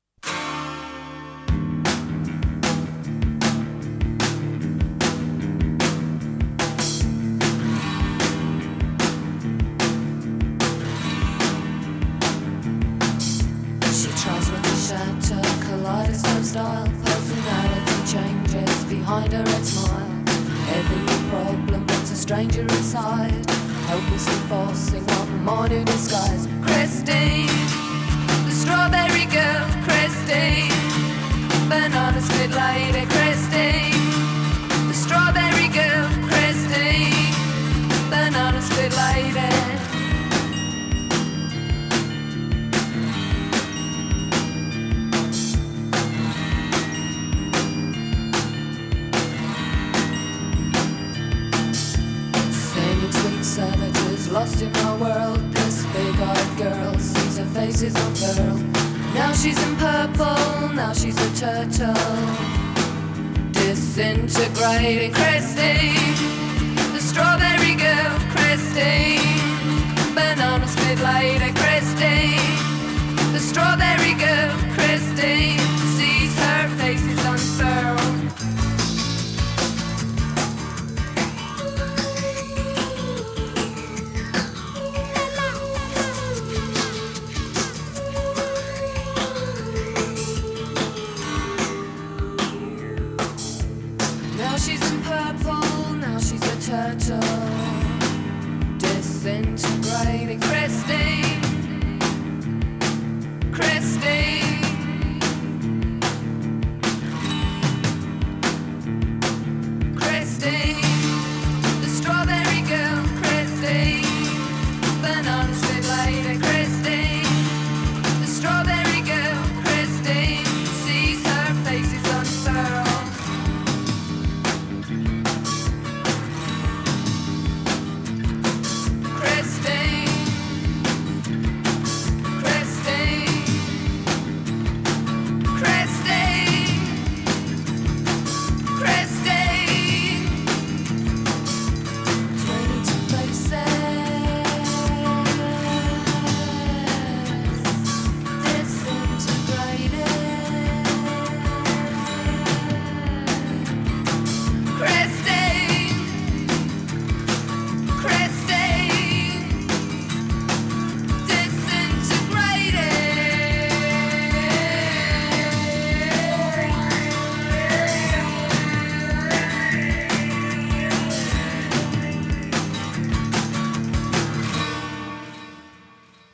Style, personality changes behind her red smile. Every problem brings a stranger inside, helplessly forcing on more new disguise. Christine, the strawberry girl, Christine, banana split lady, Christine, the strawberry girl, Christine, banana split lady. Savages lost in our world. This big-eyed girl sees her faces unfurl. Now she's in purple, now she's a turtle, disintegrating. Christine, the strawberry girl, Christine, banana split lady, Christine, the strawberry girl, Christine, sees her faces unfurl. Disintegrating. Christine, Christine, Christine, the strawberry girl, Christine, banana split lady, Christine, the strawberry girl, Christine, sees her faces unfurl. Christine,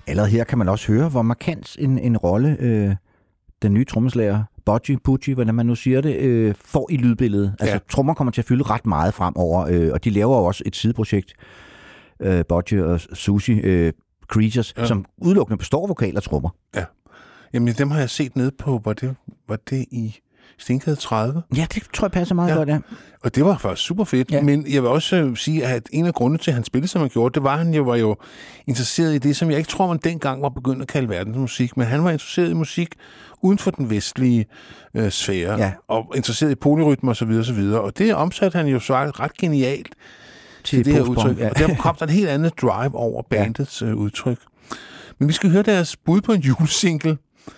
allerede her kan man også høre, hvor markant en, en rolle øh, den nye trommeslager, Budgie, Budgie, hvordan man nu siger det, øh, får i lydbilledet. Altså, Ja. trommer kommer til at fylde ret meget fremover, øh, og de laver jo også et sideprojekt, øh, Budgie og Susie øh, Creatures, ja. som udelukkende består vokal og trommer. Ja. Jamen, dem har jeg set nede på, var det, var det i Stenkade tredive? Ja, det tror jeg passer meget Ja. godt, ja. Og det var faktisk super fedt, Ja. ja. Men jeg vil også øh, sige, at en af grundene til, at han spillede, som han gjorde, det var, at han jo var jo interesseret i det, som jeg ikke tror, man dengang var begyndt at kalde verdensmusik, men han var interesseret i musik uden for den vestlige øh, sfære, Ja. og interesseret i polyrytmer osv. osv. Og det omsatte han jo så ret genialt til, til det her postpunk, udtryk. ja. Og derfor kom der et helt andet drive over bandets øh, udtryk. Men vi skal høre deres bud på en julesingle,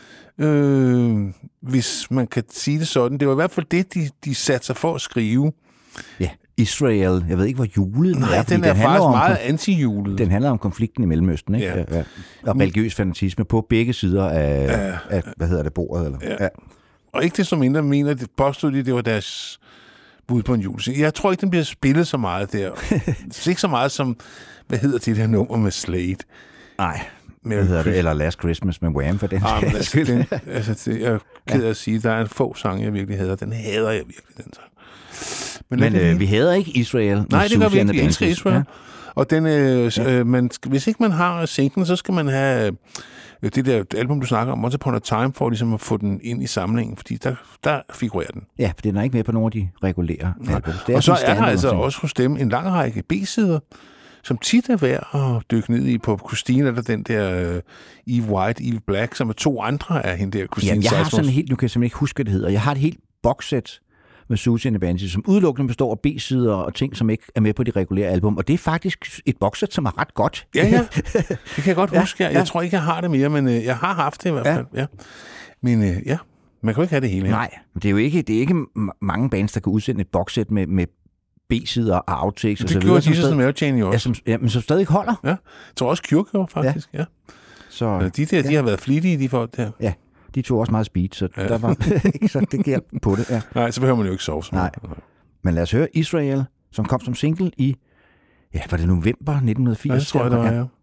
øh, hvis man kan sige det sådan. Det var i hvert fald det, de, de satte sig for at skrive. Ja, Israel, jeg ved ikke, hvor julet Nej, er, fordi den er handler faktisk om- meget anti-julet. Den handler om konflikten i Mellemøsten, ikke? Ja. Ja. Og religiøs fanatisme på begge sider af, Ja. af hvad hedder det, bordet. Eller? Ja. Og ikke det som mindre mener, det påstod de, det var deres bud på en julesingle. Jeg tror ikke, den bliver spillet så meget der. Det er ikke så meget som, hvad hedder det der nummer med Slade? Nej, Med hvad hedder det? Eller Last Christmas med Wham for den. Ah, men sags altså, skyld. den, altså, det, jeg er ked af at sige, der er en få sange, jeg virkelig hader. Den hader jeg virkelig, den sang. Men lad det øh, lige. vi hader ikke Israel. med Nej, det gør vi Susie ikke. and the Vi elsker Banshees. Israel. Ja. Og den, øh, ja. øh, man, skal- hvis ikke man har singlen, så skal man have øh, det der album, du snakker om, Once Upon a Time, for ligesom at få den ind i samlingen, fordi der, der figurerer den. Ja, for den er ikke med på nogle af de regulære Ja. album. Det Og så sådan er der altså standard- også hos dem en lang række B-sider, som tit er værd at dykke ned i. På Christine er der den der uh, Eve White, Eve Black, som er to andre af hende der, Christine Jamen, jeg har Seismos. sådan helt, nu kan jeg simpelthen ikke huske, hvad det hedder. Jeg har et helt boxsæt med Susie and the Banshees, som udelukkende består af B-sider og ting, som ikke er med på de regulære album. Og det er faktisk et boxsæt, som er ret godt. Ja, ja. Det kan jeg godt Ja, huske. Jeg, ja. jeg tror ikke, jeg har det mere, men øh, jeg har haft det i hvert Ja. fald. Ja. Men øh, ja, man kan jo ikke have det hele her. Nej, det er jo ikke, det er ikke m- mange bands, der kan udsende et boxsæt med, med B-sider og outtakes og så Det videre. gjorde Jesus og Mary Jane jo ja, også. som, ja, men som stadig holder. Ja. Jeg tror også Cure gjorde, faktisk. Ja. Så Ja. De der, de har været flittige, de folk der. ja, de tog også meget speed, så Ja. ja. der var ikke så det galt på det. Ja. Nej, så behøver man jo ikke sove så Nej. meget. Men lad os høre Israel, som kom som single i, ja, var det november nitten firs? Ja, det tror jeg, det var, ja.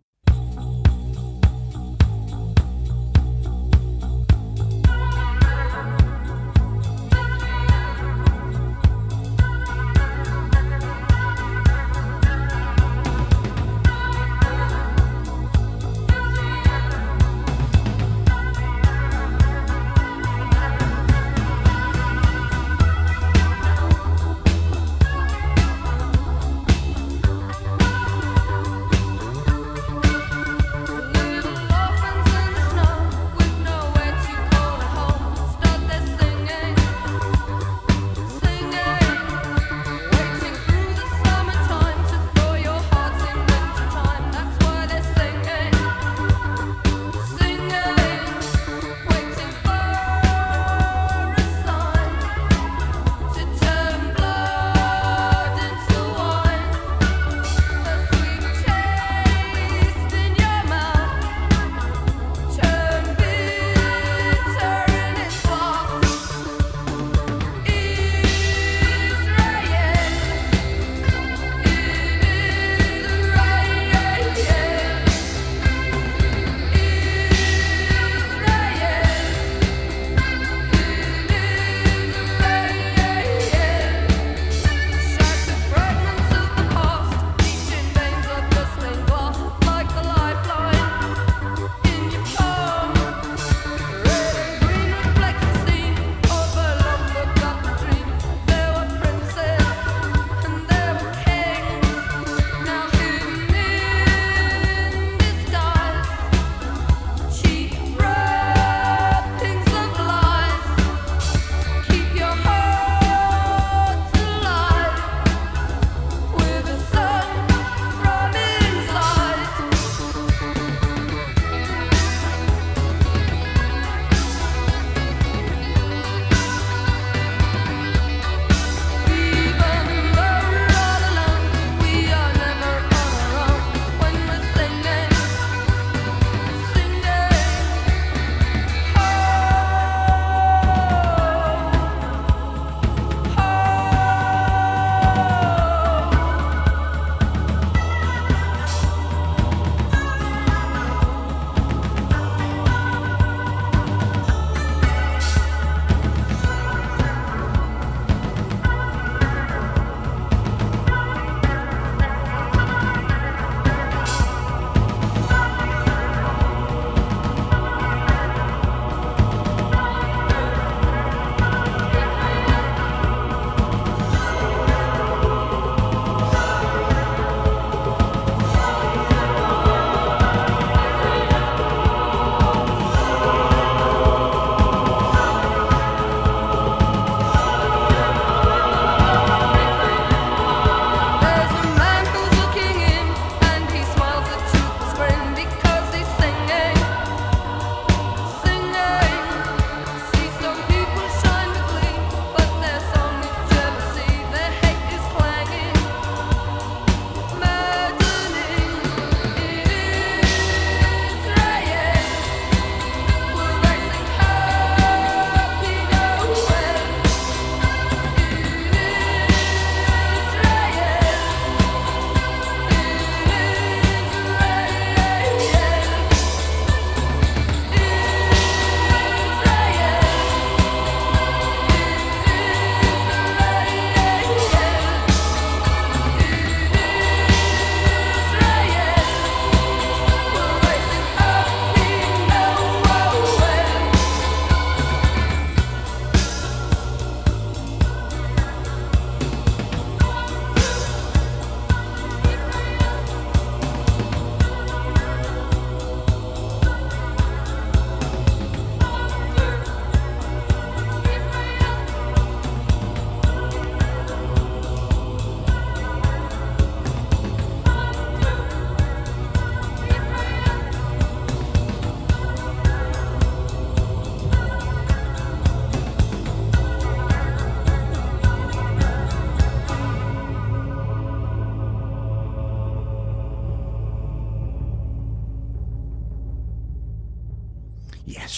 Israel,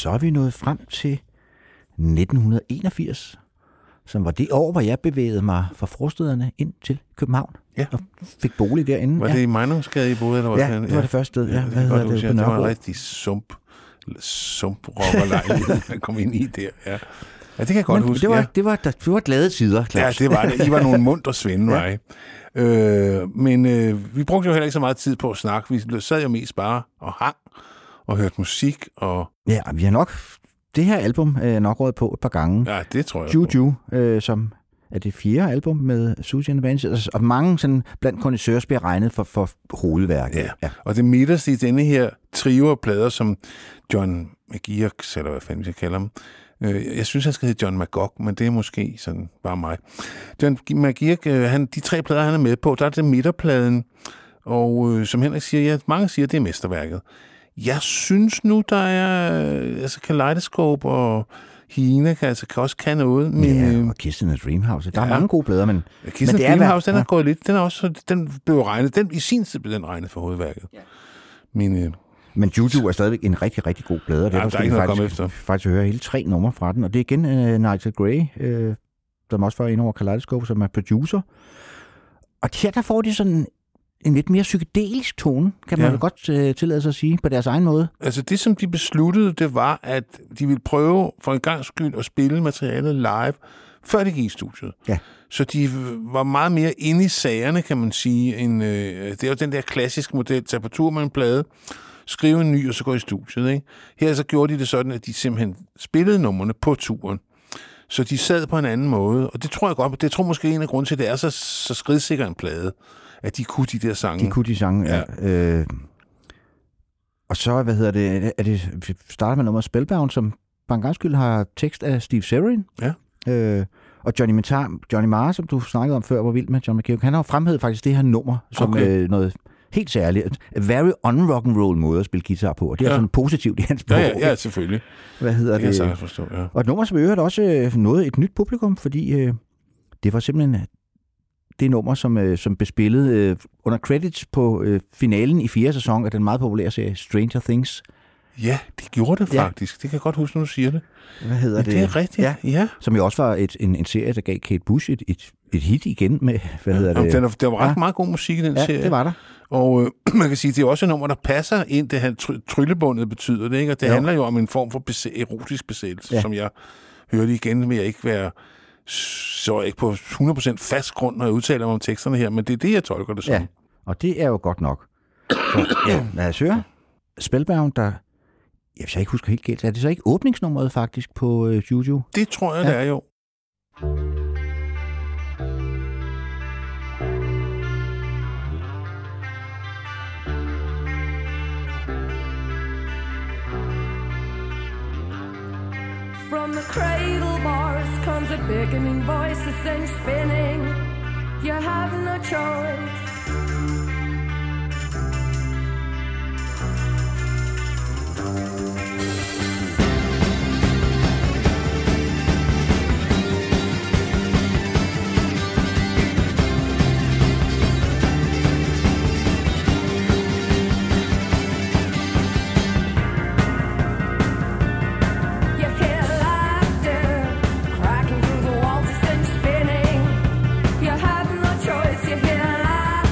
så er vi nået frem til nitten enogfirs, som var det år, hvor jeg bevægede mig fra forstederne ind til København. Ja. Og fik bolig derinde. Var ja. det i Mejlungsgade, I boede? Eller ja, det var ja. det første sted. Ja, ja, hvad hedder det? Det, det var en rigtig sump, sump-rockerlejlighed, man kom ind i der. Ja, ja det kan jeg godt Men huske. Det var, ja. det, var, det var glade tider, Claus. Ja, det var det. I var nogle muntre svinde, ja. right? Øh, men øh, vi brugte jo heller ikke så meget tid på at snakke. Vi sad jo mest bare og hang og hørte musik. Og... Ja, vi har nok... Det her album er nok råd på et par gange. Ja, det tror jeg. Juju, øh, som er det fjerde album med Susie and the Banshees, og mange sådan, blandt kondensørs bliver regnet for, for hovedværket. Ja. ja, og det midterste i denne her trio af plader, som John McGeoch, eller hvad fanden vi skal kalde ham, øh, jeg synes, han skal hedde John McGough, men det er måske sådan bare mig. John McGeoch, øh, han, de tre plader, han er med på, der er det midterpladen, og øh, som Henrik siger, ja, mange siger, det er mesterværket. Jeg synes nu, der er altså Kaleidoscope og Hina kan, altså, kan også kan noget. Men, ja, og Kiss in a Dreamhouse. Der ja. er mange gode plader, men... Ja, Kiss in a Dreamhouse, den er ja. gået lidt. Den er også, den blev regnet. Den, i sin tid blev den regnet for hovedværket. Ja. Men, øh, men Juju er stadigvæk en rigtig, rigtig god plade. Ja, der er ikke noget at komme efter. Faktisk høre hele tre numre fra den. Og det er igen uh, Nigel Gray, uh, der også var inde over Kaleidoscope, som er producer. Og her, der får de sådan... en lidt mere psykedelisk tone, kan man ja. godt uh, tillade sig at sige, på deres egen måde. Altså det, som de besluttede, det var, at de ville prøve for en gang skyld at spille materialet live, før de gik i studiet. Ja. Så de var meget mere inde i sagerne, kan man sige. End, øh, det er jo den der klassiske model, tage på tur med en plade, skrive en ny, og så gå i studiet. Ikke? Her så gjorde de det sådan, at de simpelthen spillede numrene på turen. Så de sad på en anden måde, og det tror jeg godt, det tror måske en af grunden til, at det er så, så skridsikker en plade, at de kunne de der sange. De kunne de sange, ja. ja. Øh, og så, hvad hedder det, er det, vi starter med nummer Spellbound, som for en gang skyld har tekst af Steve Severin. Ja. Øh, og Johnny Marr, Johnny Marr, som du snakkede om før, hvor vild med John McGeoch, han har jo fremhævet faktisk det her nummer, som okay. øh, noget helt særligt. A very un-rock'n'roll måde at spille guitar på, og det er ja. sådan positivt i hans bog. Ja, ja, ja, selvfølgelig. Hvad hedder det? Det kan jeg forstå, ja. Og et nummer, som i øvrigt også nåede et nyt publikum, fordi øh, det var simpelthen... det nummer, som, øh, som blev spillet øh, under credits på øh, finalen i fjerde sæson af den meget populære serie Stranger Things. Ja, det gjorde det faktisk. Ja. Det kan jeg godt huske, når du siger det. Hvad hedder ja, det? Det er rigtigt, ja. ja. Som jo også var et, en, en serie, der gav Kate Bush et, et, et hit igen med, hvad hedder ja, det? Den er, der var ret ja. meget god musik i den ja, serie. Ja, det var der. Og øh, man kan sige, det er også et nummer, der passer ind, det her try- tryllebundet betyder det, ikke? Og det jo. handler jo om en form for bes- erotisk besættelse, ja. som jeg hørte igen, vil jeg ikke være... så er jeg ikke på hundrede procent fast grund, når jeg udtaler mig om teksterne her, men det er det, jeg tolker det som. Ja, og det er jo godt nok. Så, ja, lad os høre. Spellbound, der, ja, hvis jeg ikke husker helt galt, er det så ikke åbningsnummeret faktisk på uh, Juju? Det tror jeg, ja. det er jo. From the cradle bars comes a beckoning voice that sends spinning. You have no choice. You hear laughter,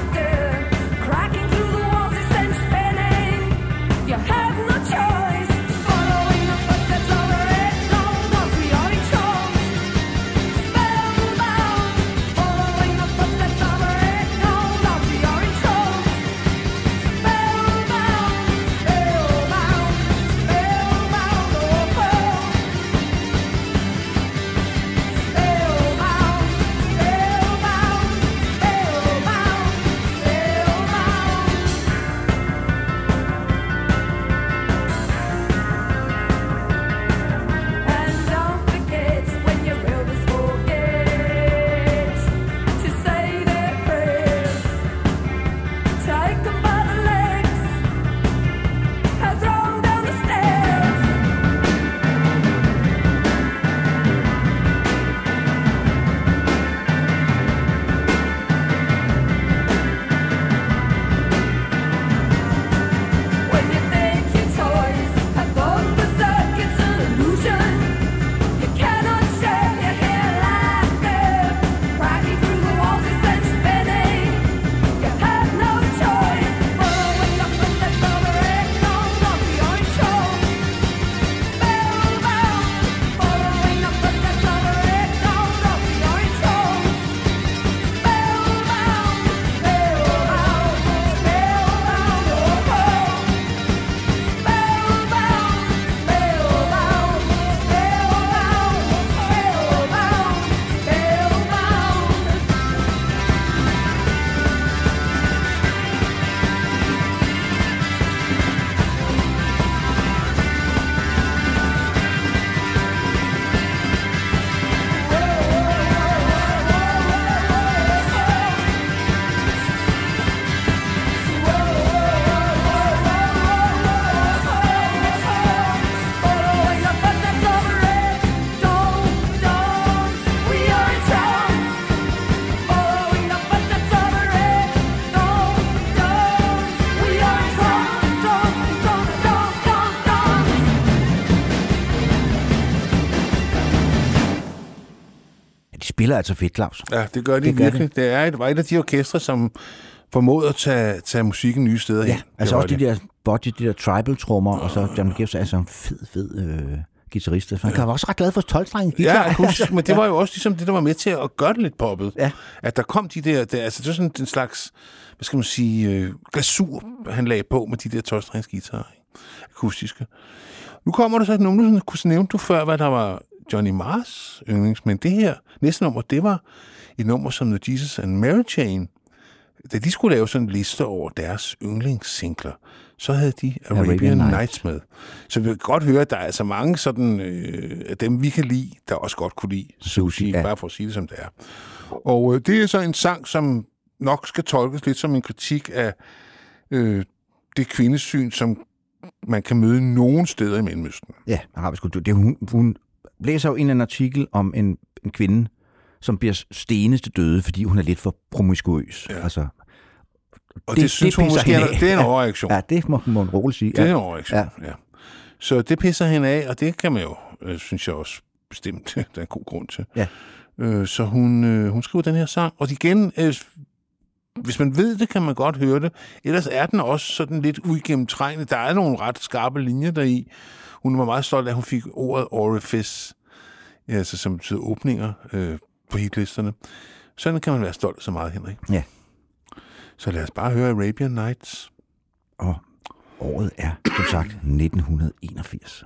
spiller altså fedt, Claus. Ja, det gør de det gør virkelig. Det, det er et, var et af de orkestre, som formåede at tage, tage musikken nye steder ja, hen. altså også det. de der budget, de der tribal-trommer, og så John Gibbs er altså en fed, fed øh, guitarist. Han kan ja. også ret glad for tolv-strengen guitar. Ja, akustisk, men det var jo også ligesom det, der var med til at gøre det lidt poppet. Ja. At der kom de der, der altså det var sådan en slags, hvad skal man sige, øh, glasur, han lagde på med de der tolv-strengs guitarer, akustiske. Nu kommer der så et nummer, som kunne nævne du før, hvad der var Johnny Marrs yndlings, men det her næste nummer, det var et nummer som The Jesus and Mary Chain. Da de skulle lave sådan en liste over deres yndlingssingler, så havde de Arabian, Arabian Nights. Nights med. Så vi kan godt høre, at der er altså mange sådan, øh, af dem, vi kan lide, der også godt kunne lide Susie, ja. Bare for at sige det, som det er. Og øh, det er så en sang, som nok skal tolkes lidt som en kritik af øh, det kvindesyn, som man kan møde nogen steder i Mellemøsten. Ja, arabisk kultur. Det, hun, hun læser jo en eller anden artikel om en, en kvinde, som bliver stenet til døde, fordi hun er lidt for promiskuøs. Ja. Altså, og det, det synes det hun måske, er, det er en overreaktion. Ja, det må man roligt sige. Det er en overreaktion, ja. ja. Så det pisser hende af, og det kan man jo, øh, synes jeg også bestemt, der er en god grund til. Ja. Øh, så hun, øh, hun skriver den her sang, og igen, øh, hvis man ved det, kan man godt høre det. Ellers er den også sådan lidt uigennemtrængende. Der er nogle ret skarpe linjer deri. Hun var meget stolt af, at hun fik ordet orifice, altså som betyder åbninger øh, på hitlisterne. Sådan kan man være stolt så meget, Henrik. Ja. Så lad os bare høre Arabian Nights. Og året er, som sagt, nitten enogfirs.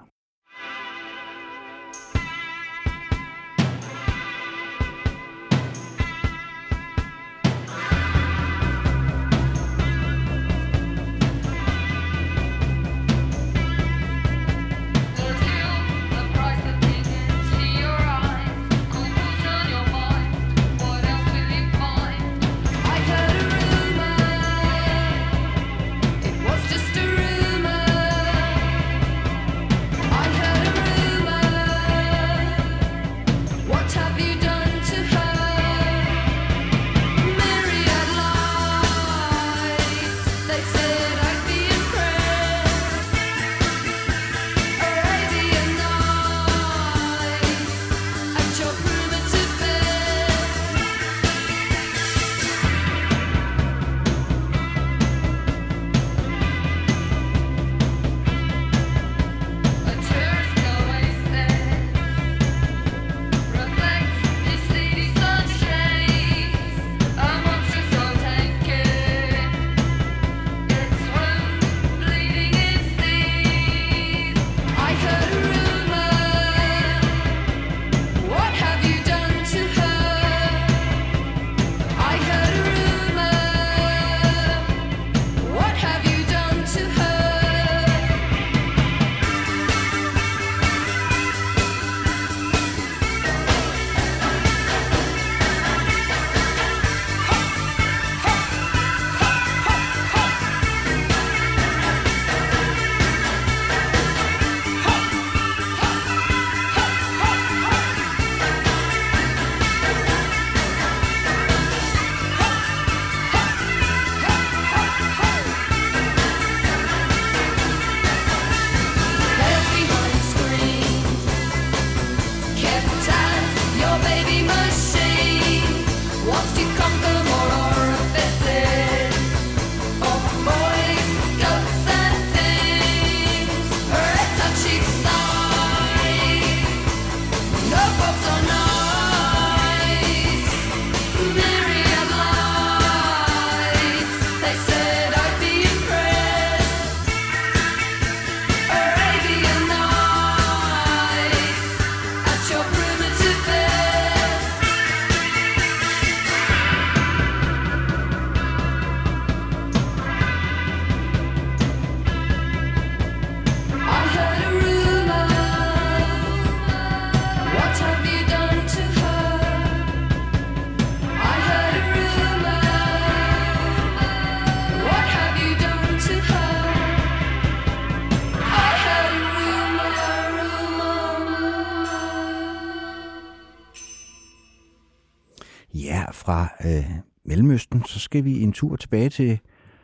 Ja, fra øh, Mellemøsten, så skal vi en tur tilbage til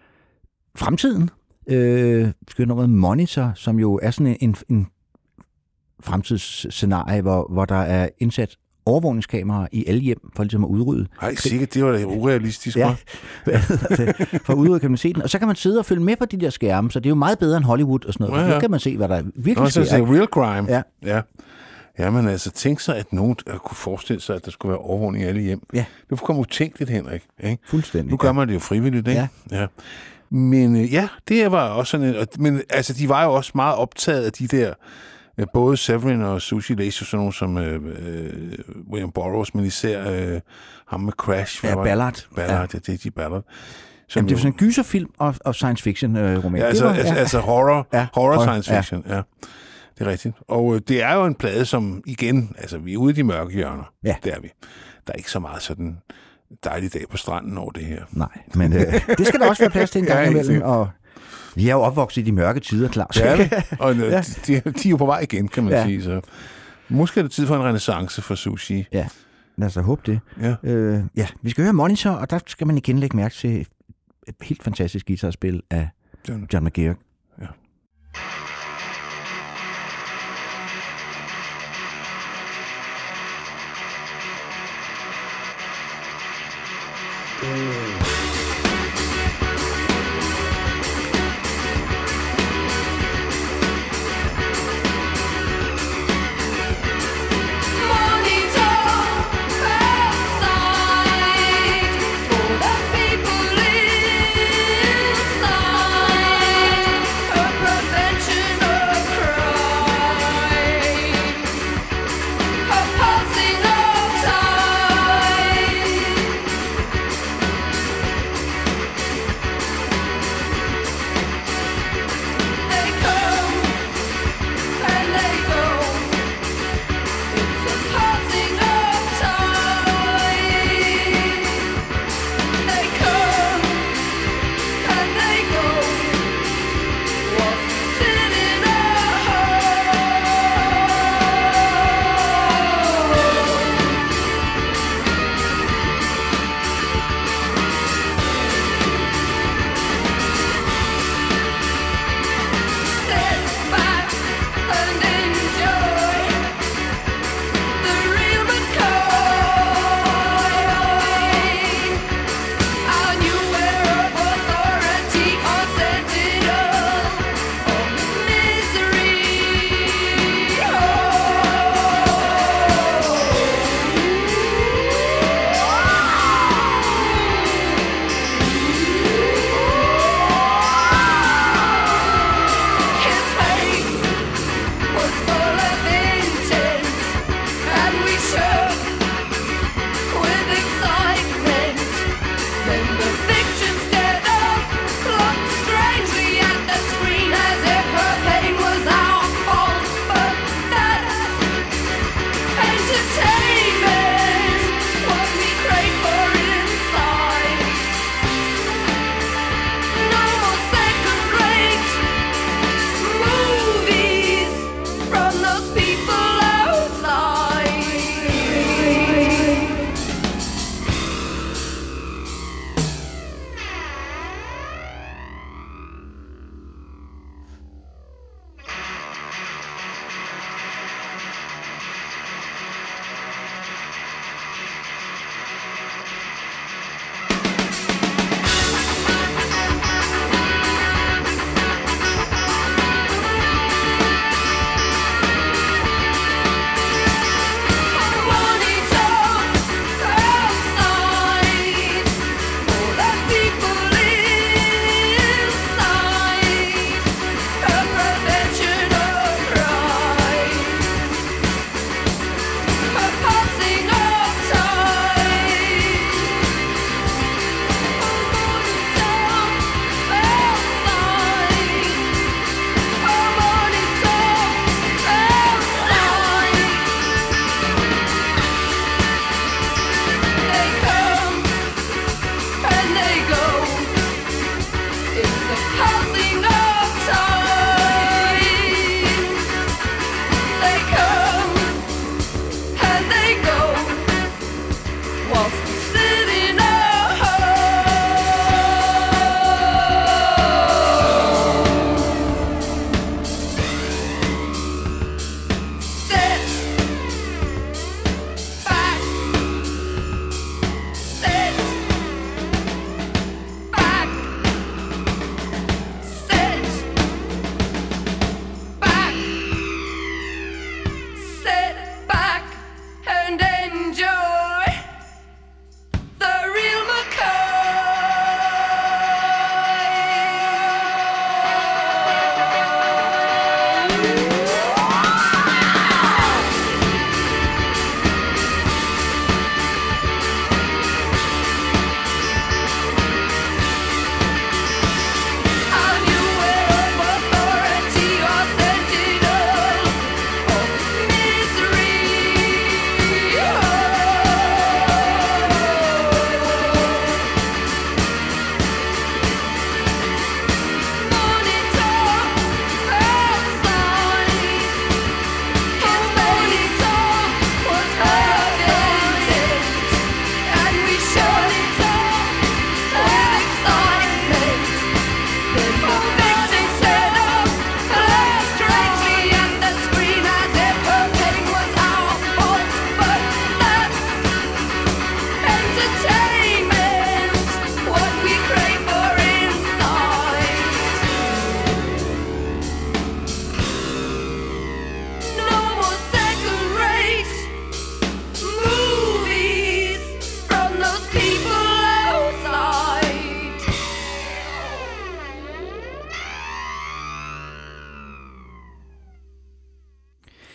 fremtiden. Øh, skal noget Monitor, som jo er sådan en, en fremtidsscenarie, hvor, hvor der er indsat overvågningskameraer i alle hjem, for ligesom at udrydde. Nej, sikkert, det var da urealistisk, Ja, for at udrydde kriminaliteten. Og så kan man sidde og følge med på de der skærme, så det er jo meget bedre end Hollywood og sådan noget. Ja, Ja, ja. ja. kan man se, hvad der virkelig Nå, så sker. er real crime. Ja. ja. Ja, men altså, tænk sig, at nogen der kunne forestille sig, at der skulle være overvågning i alle hjem. Ja. Det kommer utænkeligt, Henrik. Ikke? Fuldstændig. Nu gør man det jo frivilligt, ikke? Ja. ja. Men øh, ja, det var også sådan en, men altså, de var jo også meget optaget af de der, øh, både Severin og Susie Lacy, sådan nogle som øh, øh, William Burroughs, men især øh, ham med Crash. Ja, Ballard. Ballard, ja. det er de Ballard. Som Jamen, det er jo- sådan en gyserfilm og, og science fiction øh, roman. Ja, altså, det var, altså, altså horror, Ja, ja, horror horror, science fiction, ja. ja. Det er rigtigt. Og øh, det er jo en plade, som igen, altså vi er ude i de mørke hjørner. Ja. Det er vi. Der er ikke så meget sådan dejlig dag på stranden over det her. Nej, men øh, det skal der også være plads til en gang Ja, helt imellem. sikkert. Og vi er jo opvokset i de mørke tider, Claus. Det er vi. Og øh, Ja. de, de er jo på vej igen, kan man Ja. sige. Så måske er det tid for en renaissance for Susie. Ja, lad os da håbe det. Ja. Øh, ja, vi skal høre Monitor, og der skal man igen lægge mærke til et helt fantastisk guitarspil af John. John McGeoch. Ja. Monitor outside for the people inside. A prevention of crime. A passing of time.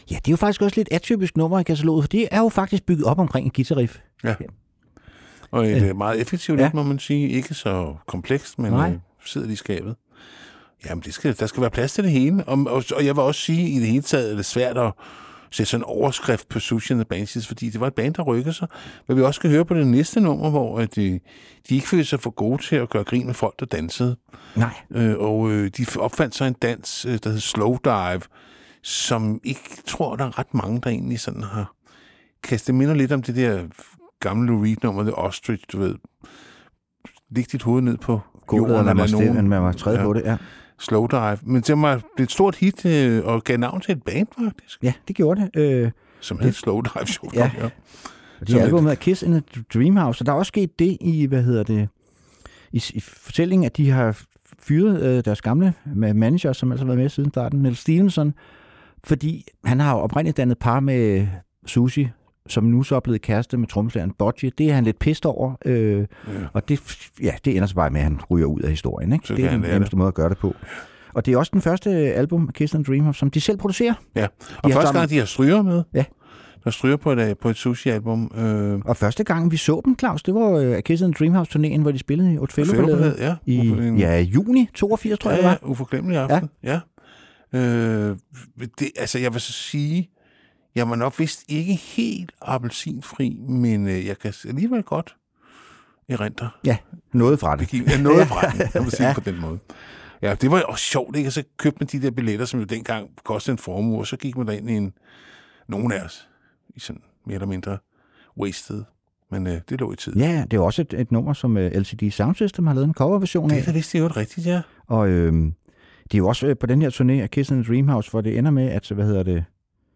Ja, det er jo faktisk også lidt atypisk nummer i kataloget, for det er jo faktisk bygget op omkring en guitarriff. Ja. Og et øh. meget effektivt, ja. må man sige. Ikke så komplekst, men øh, sidder i skabet. Jamen, det skal, der skal være plads til det hele. Og, og, og jeg vil også sige, i det hele taget er det svært at sætte sådan en overskrift på Susie and the Banshees, fordi det var et band, der rykkede sig. Men vi også skal høre på det næste nummer, hvor de, de ikke følte sig for gode til at gøre grin med folk, der dansede. Nej. Øh, og øh, de opfandt sig en dans, der hedder Slow Dive, som ikke tror, der er ret mange, der egentlig sådan har kastet. Det minder lidt om det der gamle Lou Reed-nummer, The Ostrich, du ved. Læg dit hoved ned på jorden, eller man stille, man var træde ja. på det, ja. Slow Dive. Men det var et stort hit øh, og gav navn til et band, faktisk. Ja, det gjorde det. Øh, som hed Slow Dive. Show, ja. ja. Det er albumet af Kiss in a Dreamhouse, og der er også sket det i, hvad hedder det, i, i fortællingen, at de har fyret øh, deres gamle manager, som altså har været med siden starten, Mel Stevenson, fordi han har jo oprindeligt dannet par med Susie, som nu så er blevet kæreste med trommeslageren Budgie. Det er han lidt pissed over, øh, ja. og det, ja, det ender så bare med, at han ryger ud af historien. Ikke? Det er den nemmeste måde at gøre det på. Og det er også den første album, Kiss and Dreamhouse, som de selv producerer. Ja, og første sammen... gang, de har stryger med. Ja. Der stryger på et, på et Susie-album. Øh... Og første gang, vi så dem, Claus, det var uh, Kiss and Dreamhouse-turnéen, hvor de spillede i Otello-ballet. Ja. I ja, juni toogfirs, tror jeg, ja, det var. Uforglemmelig aften. Ja. ja. Øh, det, altså, jeg vil så sige, jeg var nok vist ikke helt appelsinfri, men øh, jeg kan alligevel godt erindre. Ja, noget fra det. Ja, noget fra det, kan man sige ja. på den måde. Ja, det var jo også sjovt, ikke? Og så købte man de der billetter, som jo dengang kostede en formue, og så gik man derind i en, nogen af os, i sådan mere eller mindre wasted. Men øh, det lå i tiden. Ja, det er også et, et nummer, som uh, L C D Sound System har lavet en coverversion af. Det er da vist, det er jo rigtigt, ja. Og øh, det er jo også øh, på den her turné af Kiss and the Dreamhouse, hvor det ender med, at, hvad hedder det,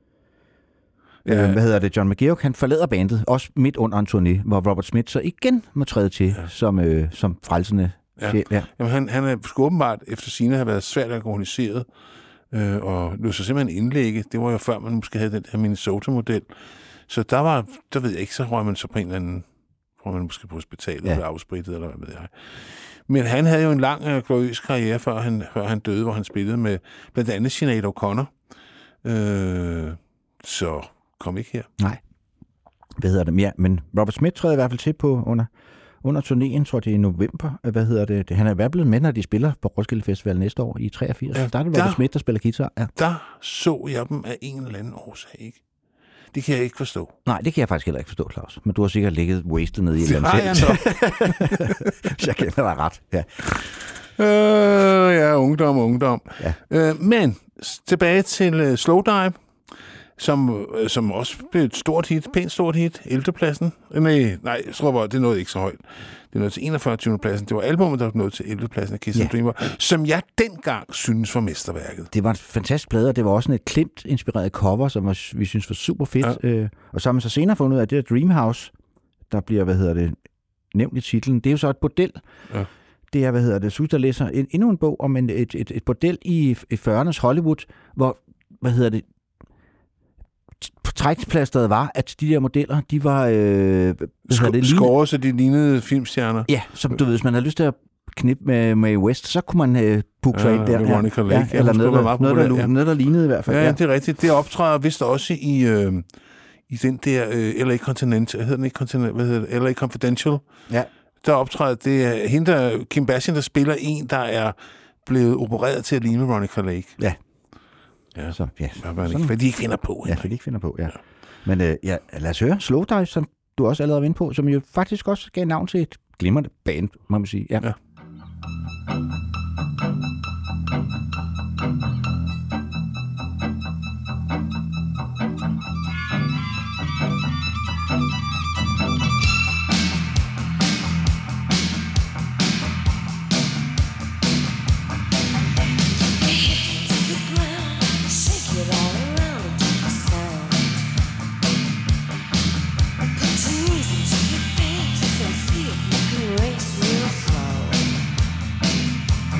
Ja. Øh, hvad hedder det, John McGeoch, han forlader bandet, også midt under en turné, hvor Robert Smith så igen må træde til ja. som, øh, som frelsende ja. sjæl. Ja. Jamen, han, han er sgu åbenbart efter sine har været svært organiseret, øh, og lød sig simpelthen indlægge. Det var jo før, man måske havde den her Minnesota-model. Så der var, der ved jeg ikke, så røg man så på en eller anden, røg man måske på hospitalet, ja. eller afsprittet, eller hvad ved jeg. Men han havde jo en lang, øh, gloriøs karriere, før han, før han døde, hvor han spillede med blandt andet Sinead O'Connor. Øh, så... kom ikke her. Nej. Hvad hedder det mere? Men Robert Smith træder i hvert fald til på under, under turnéen, tror det er i november. Hvad hedder det? Han er i hvert fald med, når de spiller på Roskilde Festival næste år i treogfirs. Ja, der er det Robert der, Smith, der spiller guitar. Ja. Der så jeg dem af en eller anden årsag, ikke? Det kan jeg ikke forstå. Nej, det kan jeg faktisk heller ikke forstå, Claus. Men du har sikkert ligget wasted nede i et eller andet selv. Hvis jeg kender dig ret. Ja, øh, ja ungdom, ungdom. Ja. Øh, men tilbage til uh, Slow Dive. Som, som også blev et stort hit, pænt stort hit, ellevte pladsen. Nej, nej, jeg tror, det nåede ikke så højt. Det nåede til enogfyrre pladsen. Det var albumet, der nåede til ellevte pladsen af Kiss and Dreamer, som jeg dengang synes var mesterværket. Det var en fantastisk plade, og det var også et Klimt-inspireret cover, som var, vi synes var super fedt. Ja. Øh, og så har man så senere fundet ud af, at det der Dreamhouse, der bliver, hvad hedder det, nævnt i titlen, det er jo så et bordel. Ja. Det er, hvad hedder det, Sus, der læser en, endnu en bog om en, et, et, et bordel i, i fyrreernes Hollywood, hvor, hvad hedder det, træksplasteret var, at de der modeller, de var... Øh, Sk- skåret, så de lignede filmstjerner. Ja, som du ved, hvis man havde lyst til at knippe med, med West, så kunne man øh, booke sig ja, ind der. Veronica Lake. Ja, eller noget, der, noget, der, ja. noget, der lignede i hvert fald. Ja, ja, det er rigtigt. Det optræder vist også i, øh, i den der øh, L A Continental, hedder den ikke Continental, hvad hedder det? L A Confidential. Ja. Der optræder, det er hende, der, Kim Basinger, der spiller en, der er blevet opereret til at ligne Veronica Lake. Ja. Ja, så, ja. Sådan, hvad de ikke finder på. Ja, hvad de ikke finder på, ja. ja. Men øh, ja, lad os høre Slow Dive, som du også allerede var inde på, som jo faktisk også gav navn til et glimrende band, må man sige. Ja. ja. Face and see if you can race real slow.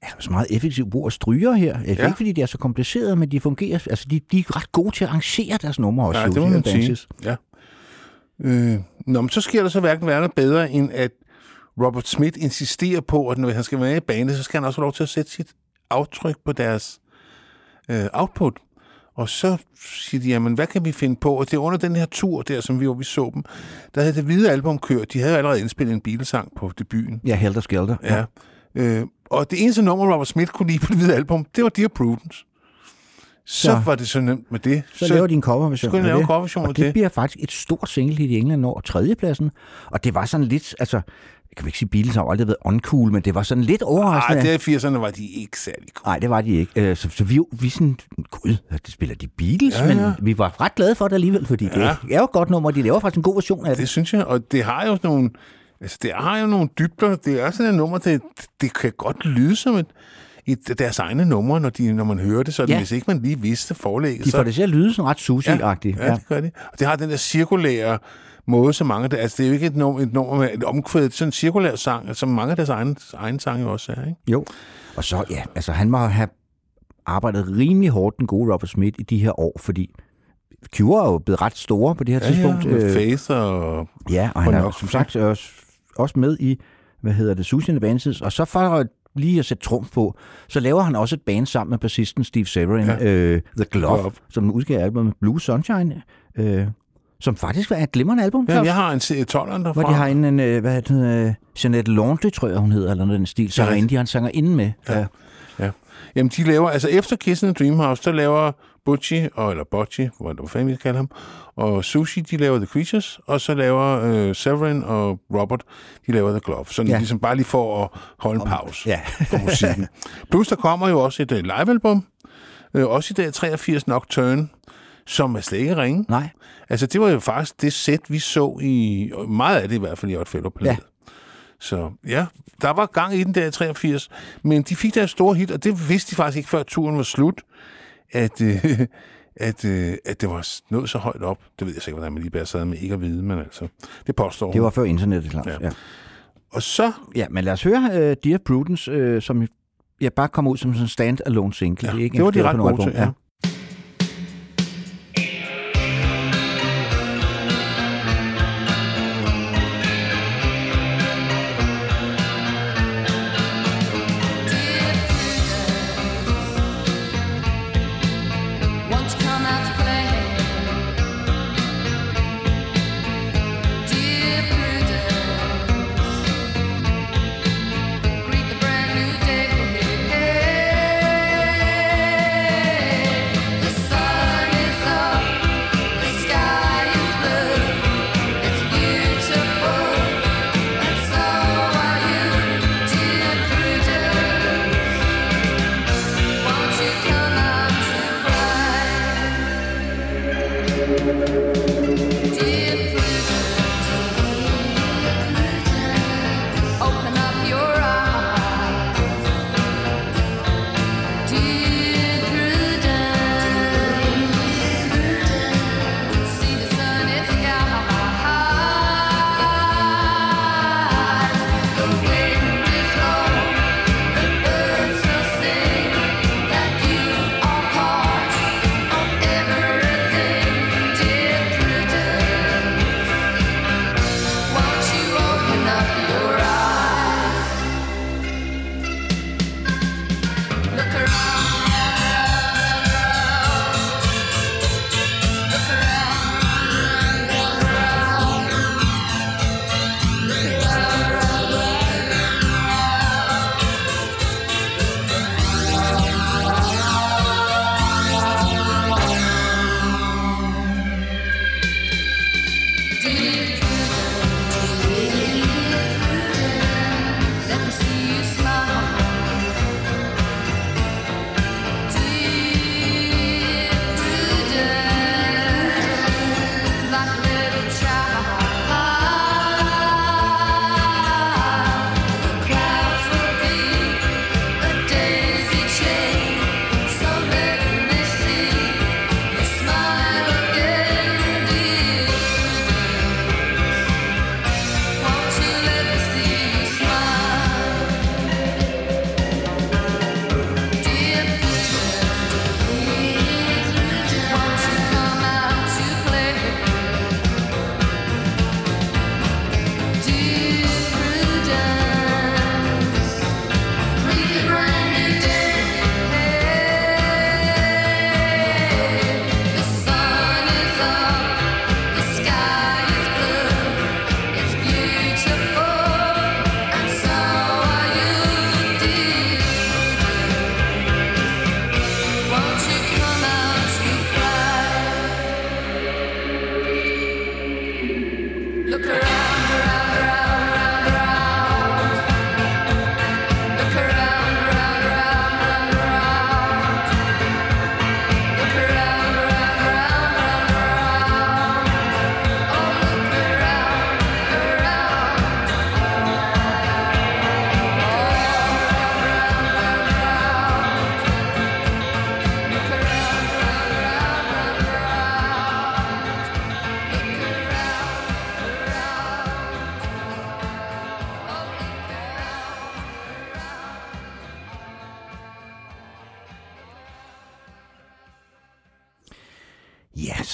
så meget effektiv brug af stryger her. Ja. Ikke fordi de er så komplicerede, men de fungerer. Altså, de, de er ret gode til at arrangere deres numre også. Ja, det må man sige. Ja. Øh, nå, men så sker der så hverken værre bedre, end at Robert Smith insisterer på, at når han skal være i bandet, så skal han også have lov til at sætte sit aftryk på deres øh, output. Og så siger de, jamen, hvad kan vi finde på? Og det er under den her tur der, som vi, hvor vi så dem, der havde det hvide album kørt. De havde jo allerede indspillet en Beatles-sang på debuten. Ja, Helter Skelter. Ja. ja. Øh, og det eneste nummer, Robert Smith kunne lide på det hvide album, det var Dear Prudence. Så, så var det så nemt med det. Så, så laver de en coverversion af det. Lave coverversion og det, det bliver faktisk et stort single i England over tredjepladsen. Og det var sådan lidt, altså, jeg kan ikke sige, Beatles har aldrig været uncool, men det var sådan lidt overraskende. Nej, der i firserne var de ikke særlig cool. Nej, det var de ikke. Så, så vi, vi sådan, gud, det spiller de Beatles, ja, ja. Men vi var ret glade for det alligevel, fordi ja. Det er jo et godt nummer, og de laver faktisk en god version af det. Det synes jeg, og det har jo nogle, altså det har jo nogle dybder. Det er sådan et nummer, det, det kan godt lyde som et i deres egne numre, når, de, når man hører det, så ja. Hvis ikke man lige vidste forlægget. De får så det til at lyde sådan ret sushi-agtigt. Ja, ja, det gør de. Og det har den der cirkulære måde, som mange af det, altså det er jo ikke et nummer, et nummer med et omkvædet, sådan en cirkulær sang, som mange af deres egne, egne sange også er, ikke? Jo, og så, ja, altså han må have arbejdet rimelig hårdt, den gode Robert Smith, i de her år, fordi Cure er jo blevet ret store på det her ja, tidspunkt. Ja, med Faith og... Ja, og han er som sagt også, også med i, hvad hedder det, Susie and the Banshees, og så for lige at sætte trumf på, så laver han også et band sammen med bassisten Steve Severin, ja. øh, The Glove, Glove, som udgav albumet Blue Sunshine, øh, som faktisk var et glimrende album. Ja, jeg har en tolveren derfra. Hvor de har en, en hvad hedder det, Jeanette Laundry, tror jeg, hun hedder, eller den stil, så ja. Er de har en sanger inden med. Ja. Ja. Ja. Jamen, de laver, altså efter Kiss in the Dream House, så laver Butchie, og, eller Butchie, hvad fanden vi kalder ham, og Susie, de laver The Creatures, og så laver øh, Severin og Robert, de laver The Glove. Så ja. Ligesom bare lige for at holde en pause ja. på musikken. Plus, der kommer jo også et uh, livealbum, øh, også i dag treogfirs Nocturne, som er slet ikke ringe. Nej. Altså, det var jo faktisk det sæt, vi så i, meget af det i hvert fald i Oddfellow-pladet. Ja. Så ja, der var gang i den der i treogfirs, men de fik deres store hit, og det vidste de faktisk ikke, før turen var slut, at, øh, at, øh, at det var nået så højt op. Det ved jeg sikkert, hvordan man lige bare sad med ikke at vide, men altså, det påstår det var før internettet, klart. Ja. Ja. Og så... Ja, men lad os høre uh, Dear Prudence, uh, som ja, bare kommer ud som sådan en stand-alone single. Ja, det, er ikke det var de ret gode til, ja.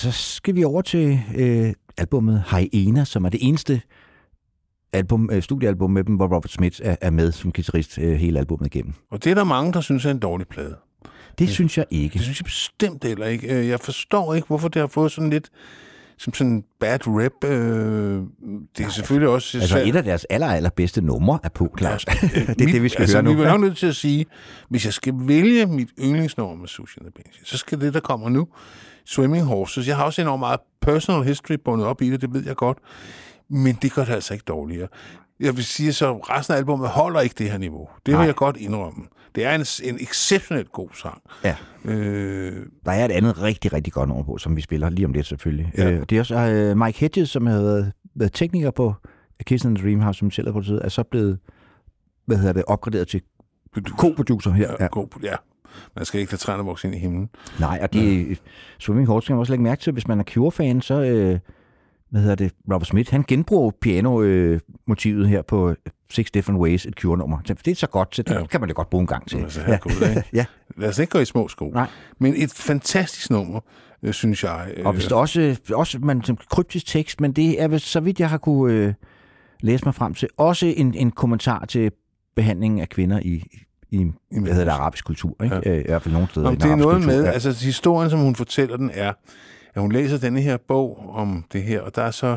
så skal vi over til øh, albummet Hyena, som er det eneste album, øh, studiealbum med dem, hvor Robert Smith er, er med som guitarist øh, hele albummet igennem. Og det er der mange, der synes er en dårlig plade. Det synes jeg ikke. Det synes jeg bestemt heller ikke. Jeg forstår ikke, hvorfor det har fået sådan lidt som sådan en bad rap. Det er Nej, selvfølgelig også... Altså et af deres aller, allerbedste numre er på, Claus. Ja, det er mit, det, vi skal altså, høre nu. Vi er nok nødt til at sige, hvis jeg skal vælge mit yndlingsnummer med Susie and the Banshees, så skal det, der kommer nu, Swimming Horses. Jeg har også enormt meget personal history bundet op i det, det ved jeg godt. Men det gør det altså ikke dårligere. Jeg vil sige, så resten af albumet holder ikke det her niveau. Det vil Nej. jeg godt indrømme. Det er en, en exceptionelt god sang. Ja. Øh, der er et andet rigtig, rigtig godt nummer på, som vi spiller lige om lidt selvfølgelig. Ja. Øh, det er også uh, Mike Hedges, som har været, været tekniker på Kiss and the Dream House, som selv har produceret, er så blevet hvad hedder det, opgraderet til co-producer her. Ja, ja. ja. Man skal ikke lade træerne vokse ind i himlen. Nej, og det ja. Swimming Horses skal man også lægge mærke til, hvis man er Cure-fan, så... Øh, hvad hedder det, Robert Smith, han genbruger piano-motivet øh, her på Six Different Ways, et Cure-nummer. Det er så godt, så det ja. kan man da godt bruge en gang til. Altså, ja. God, ja. Lad os ikke gå i små sko. Nej. Men et fantastisk nummer, øh, synes jeg. Øh. Og hvis der også, også man, som kryptisk tekst, men det er så vidt jeg har kunne øh, læse mig frem til, også en, en kommentar til behandlingen af kvinder i, i hvad hedder det, arabisk kultur. Ikke? Ja. I hvert fald nogle steder. Om det er noget kultur, med, ja. altså historien, som hun fortæller den, er, at hun læser denne her bog om det her, og der er så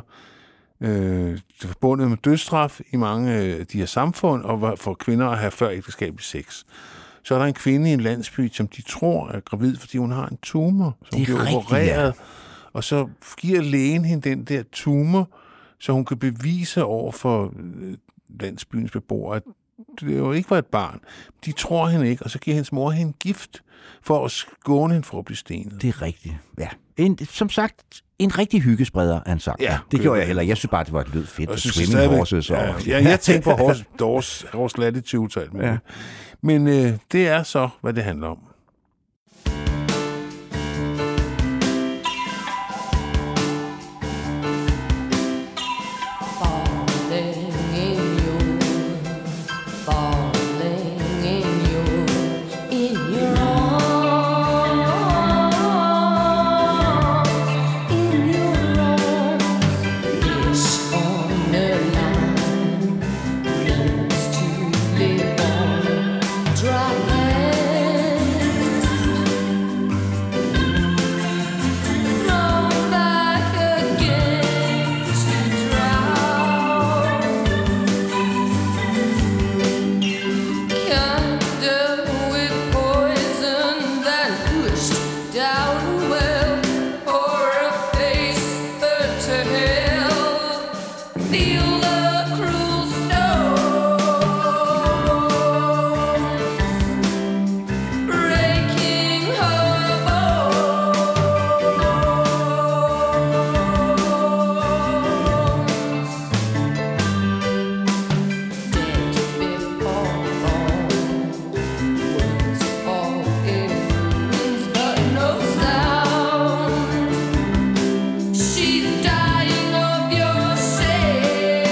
øh, det er forbundet med dødsstraf i mange af de her samfund, og for kvinder at have før ægteskabelig sex. Så er der en kvinde i en landsby, som de tror er gravid, fordi hun har en tumor, som bliver opereret, ja. Og så giver lægen hende den der tumor, så hun kan bevise over for landsbyens beboere, at det jo ikke var et barn. De tror hende ikke, og så giver hendes mor hende gift for at skåne hende for at blive stenet. Det er rigtigt, ja. En, som sagt, en rigtig hyggespreder af en sang. Ja, det gjorde jeg heller. Jeg synes bare, det var et lød fedt. Og Swimming Horses. Ja, og... ja, jeg tænkte på Horse, Horse, Horse Latitude. Ja. Men øh, det er så, hvad det handler om. She's dying of your shame.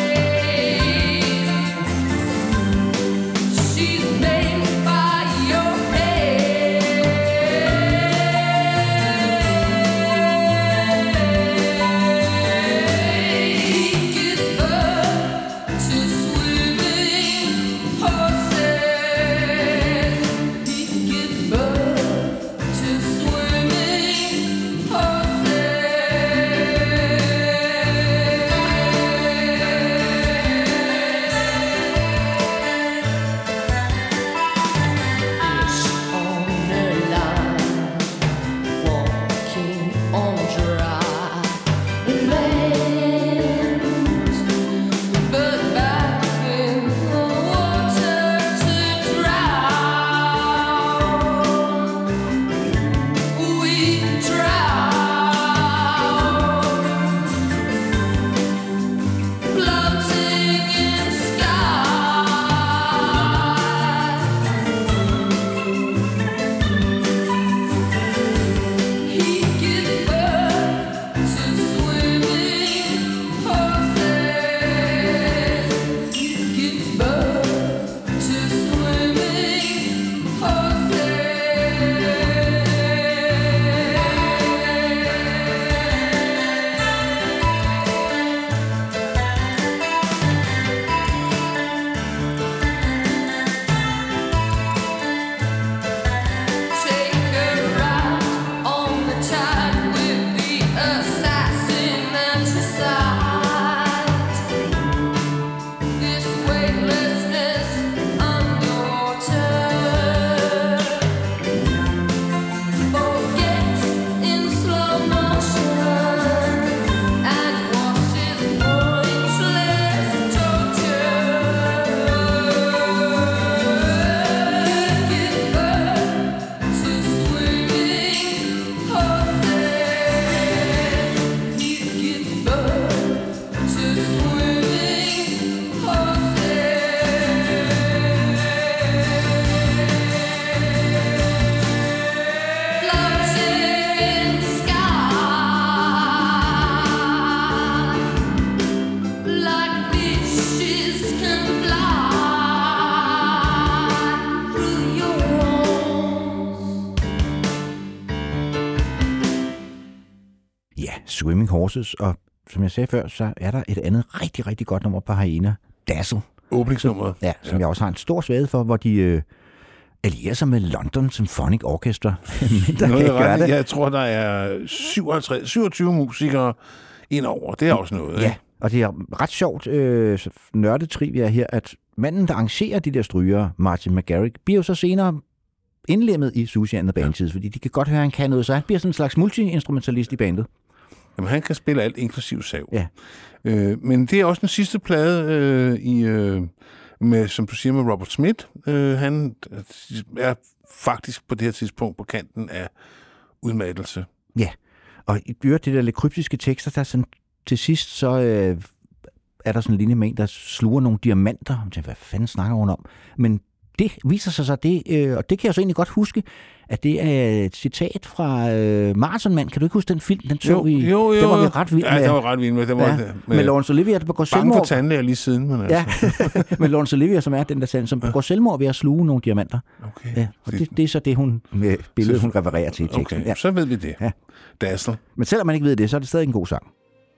Swimming Horses, og som jeg sagde før, så er der et andet rigtig, rigtig godt nummer på Hyena, Dazzle. Åbningsnummeret. Ja, som Ja. jeg også har en stor svaghed for, hvor de øh, allierer sig med London Symphonic Orchestra. Men der kan ikke gøre det. Jeg tror, der er syvoghalvtreds, syvogtyve musikere indover. Det er også noget. Ja, ikke? og det er ret sjovt øh, nørdet trivia her, at manden, der arrangerer de der strygere, Martin McGarrick, bliver jo så senere indlemmet i Susie and the Banshees, fordi de kan godt høre, at han kan noget, så han bliver sådan en slags multi-instrumentalist i bandet. Jamen, han kan spille alt, inklusiv sav. Ja. Øh, men det er også den sidste plade, øh, i, øh, med, som du siger, med Robert Smith. Øh, han er faktisk på det her tidspunkt på kanten af udmattelse. Ja, og i øvrigt, det der lidt kryptiske tekster, der sådan, til sidst, så øh, er der sådan en linje med en, der sluger nogle diamanter. Jeg tænker, hvad fanden snakker hun om? Men det viser sig så, det, øh, og det kan jeg så egentlig godt huske, at det er et citat fra øh, Marathon-mand. Kan du ikke huske den film? Den så Jo, vi. jo, jo. Det var vi ret vildt Ja, med. det var ret vildt med. Det var Ja, med, med Laurence Olivier, der begår bange selvmord. for tandlæger lige siden, men Ja, altså. med Laurence Olivier, som er den der sand, som begår selvmord ved at sluge nogle diamanter. Okay. Ja, og det, det er så det, hun med billedet, hun refererer til i teksten. Okay, Ja. så ved vi det. Ja. Dazzle. Men selvom man ikke ved det, så er det stadig en god sang.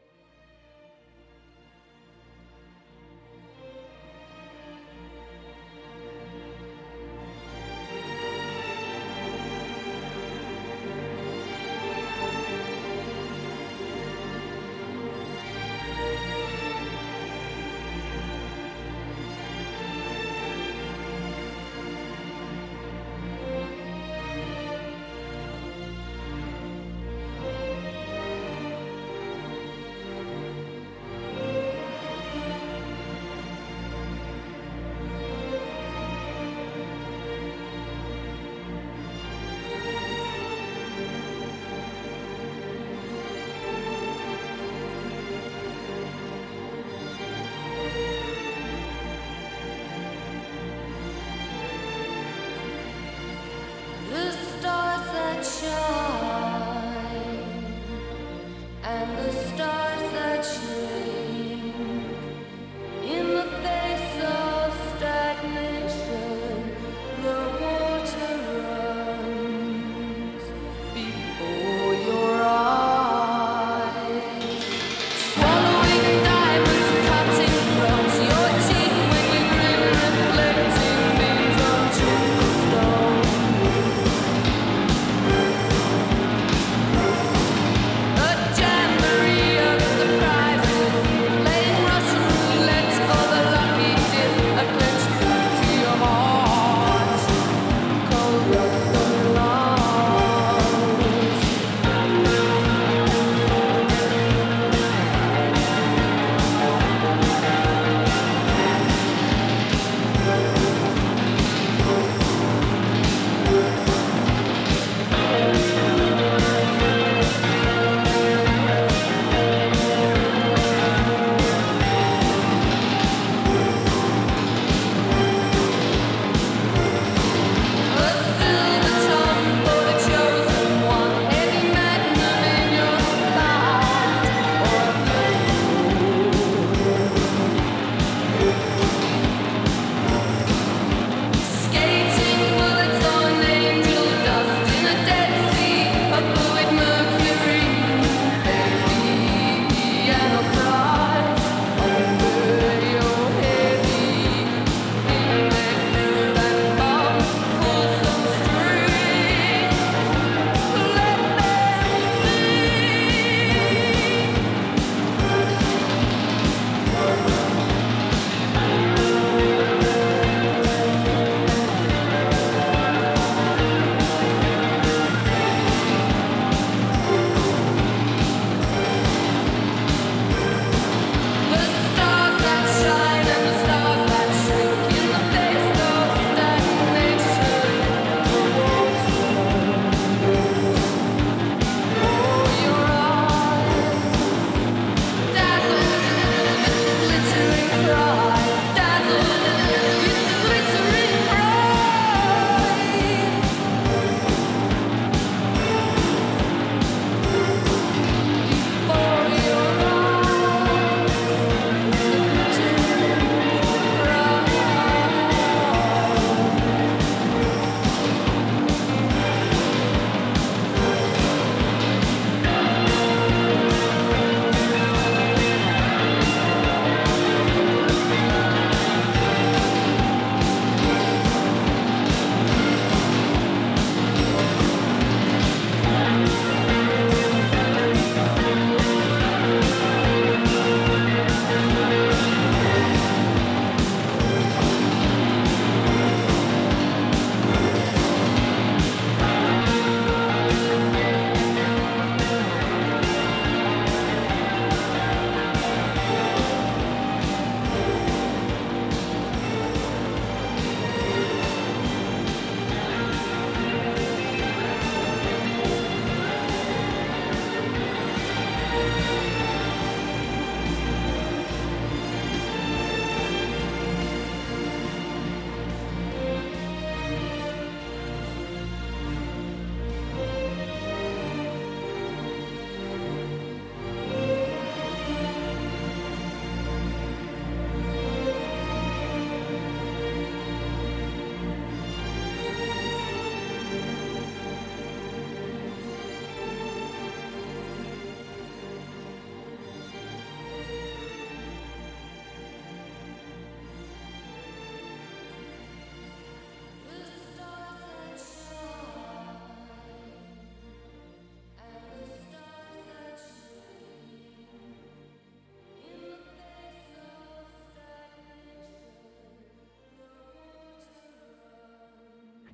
The stars that shine and the stars that shrink in the face of stagnation, the water runs before your eyes, swallowing diamonds, cutting throats, your teeth when you grin, reflecting beams onto the stone.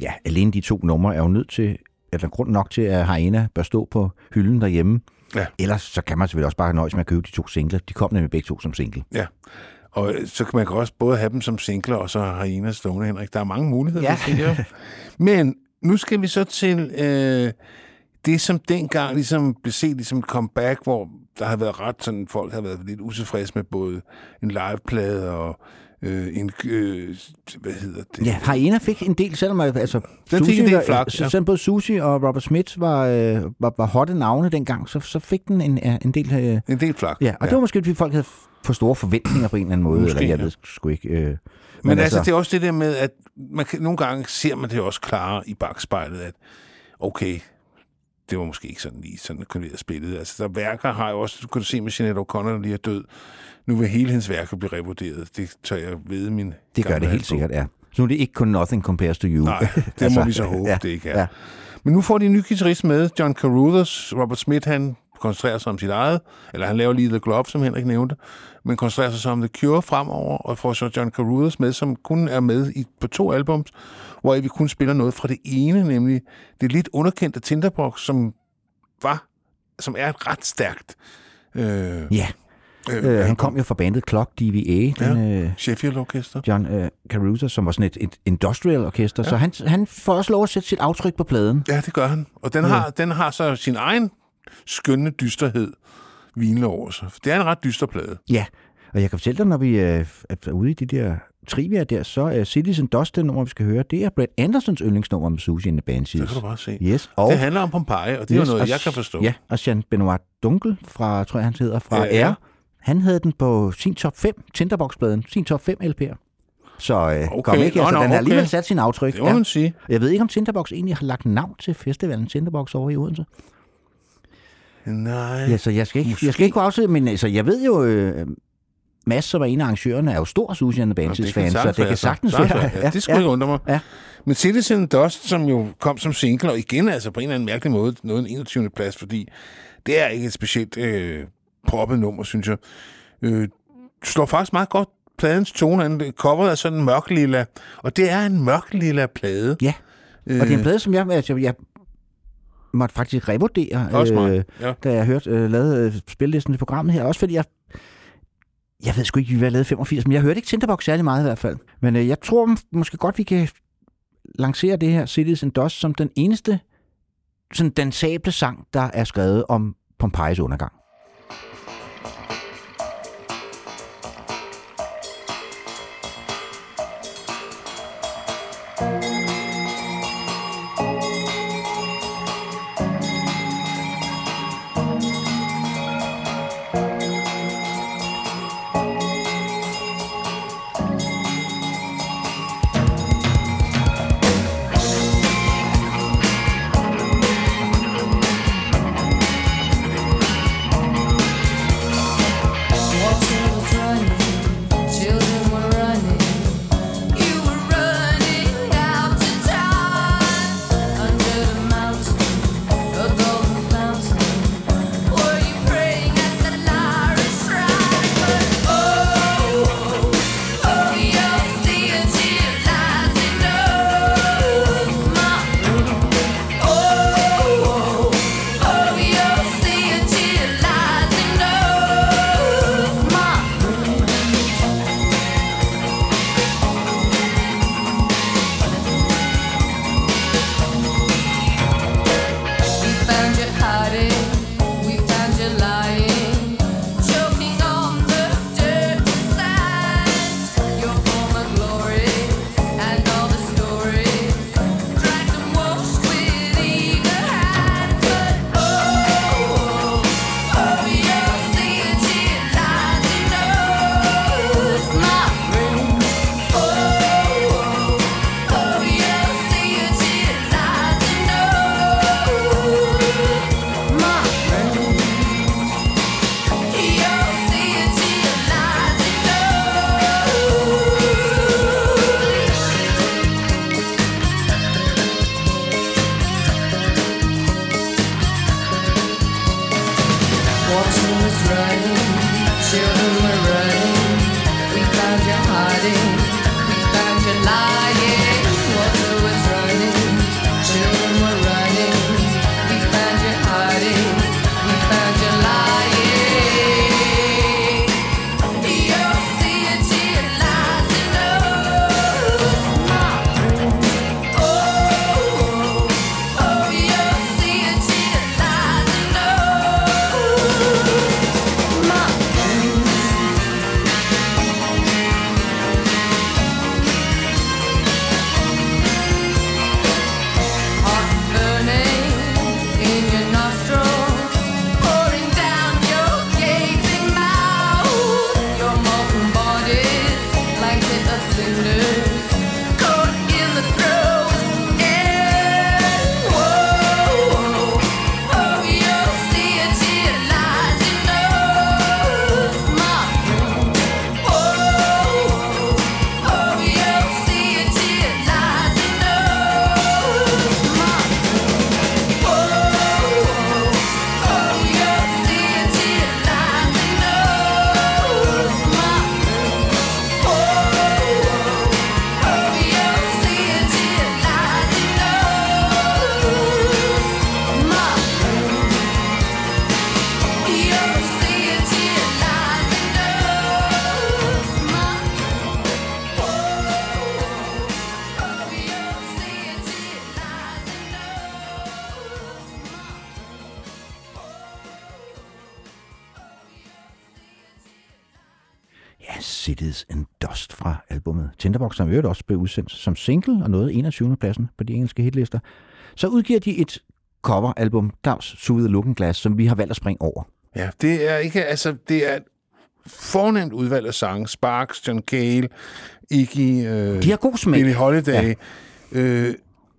ja, alene de to numre er jo nødt til, eller grund nok til, at Hyena bør stå på hylden derhjemme. Ja. Ellers så kan man selvfølgelig også bare nøjes med at købe de to singler. De kom nemlig begge to som single. Ja, og så kan man også både have dem som singler, og så har Hyena stående, Henrik. Der er mange muligheder. Ja. Men nu skal vi så til øh, det, som dengang ligesom blev set ligesom et comeback, hvor der har været ret sådan, folk har været lidt utilfredse med både en liveplade og øh, en, øh, hvad hedder det? Ja, Hyena fik en del, selvom altså, den fik en del flak, ja. Selvom både Susie og Robert Smith var, øh, var, var hotte navne dengang, så, så fik den en, en del... Øh, en del flak. Ja, og ja. Det var måske, fordi folk havde for store forventninger på en eller anden måde, måske, eller jeg ja. ved sgu ikke... Øh, men men altså, altså, det er også det der med, at man kan, nogle gange ser man det også klare i bagspejlet, at okay, det var måske ikke sådan lige sådan et konveret spillet. Altså, der værker har jo også, du kunne se med Sinéad O'Connor, der lige er død. Nu vil hele hendes værker blive revurderet. Det tør jeg ved min... Det gør det helt sikkert, ja. Så nu er det ikke kun Nothing Compares to You. Nej, det altså, må vi så håbe, ja, det ikke er. Ja. Men nu får de en ny guitarist med, John Carruthers. Robert Smith, han koncentrerer sig om sit eget, eller han laver lige The Glove, som Henrik nævnte, men koncentrerer sig om The Cure fremover, og får så John Carruthers med, som kun er med i, på to albums, hvor vi kun spiller noget fra det ene, nemlig det lidt underkendte Tinderbox, som var, som er et ret stærkt. Øh, ja, øh, øh, han kom jo fra bandet Clock D V A, den, ja, øh, Sheffield Orkester. John øh, Carruthers, som var sådan et, et industrial orkester, ja. Så han, han får også lov at sætte sit aftryk på pladen. Ja, det gør han. Og den, ja. har, den har så sin egen skønne dysterhed hvilende over sig. Det er en ret dyster plade. Ja, og jeg kan fortælle dig, når vi øh, er ude i de der trivia der, så er Cities and Dust, det nummer, vi skal høre, det er Brett Andersons yndlingsnummer med Susie and the Banshees. Det kan du bare se. Yes, og det handler om Pompeji, og det yes, er noget, jeg kan forstå. Ja, og Jean Benoit Dunkel fra, tror jeg, han hedder, fra ja, ja. R. Han havde den på sin top fem, Tinderbox-pladen, sin top fem L P'er. Så øh, okay. kom ikke, altså, no, no, den har alligevel okay. sat sin aftryk. Det må ja. man sige. Jeg ved ikke, om Tinderbox egentlig har lagt navn til festivalen Tinderbox over i Odense. Nej. Ja, så jeg skal ikke, jeg skal ikke kunne afsætte, men altså, jeg ved jo, øh, Mads, som var en af arrangørerne, er jo stor Susie and the Banshees-fan, så det kan sagtens være. Ja, ja, det skulle ikke ja. undre mig. Ja. Men Cities and Dust, som jo kom som single, og igen altså på en eller anden mærkelig måde, noget en enogtyvende plads, fordi det er ikke et specielt øh, proppet nummer, synes jeg. Øh, slår faktisk meget godt pladens tone an. Coveret er sådan en mørk lilla, og det er en mørk lilla plade. Ja, og det er en plade, som jeg, altså, jeg måtte faktisk revurdere, øh, ja. da jeg hørte øh, lavede øh, spillelisten i programmet her, også fordi jeg jeg ved sgu ikke, vi har lavet femogfirs, men jeg hørte ikke Tinderbox særlig meget i hvert fald. Men øh, jeg tror måske godt, vi kan lancere det her Cities and Dust som den eneste sådan dansable sang, der er skrevet om Pompejis undergang. Thank ja, Cities and Dust fra albumet Tinderbox, som i øvrigt også blev udsendt som single og nåede enogtyvende pladsen på de engelske hitlister. Så udgiver de et coveralbum, Dags Through the Looking Glass, som vi har valgt at springe over. Ja, det er ikke, altså, det er et fornemt udvalg af sange. Sparks, John Cale, Iggy, øh, de har god smag. Billie Holiday. Ja. Øh,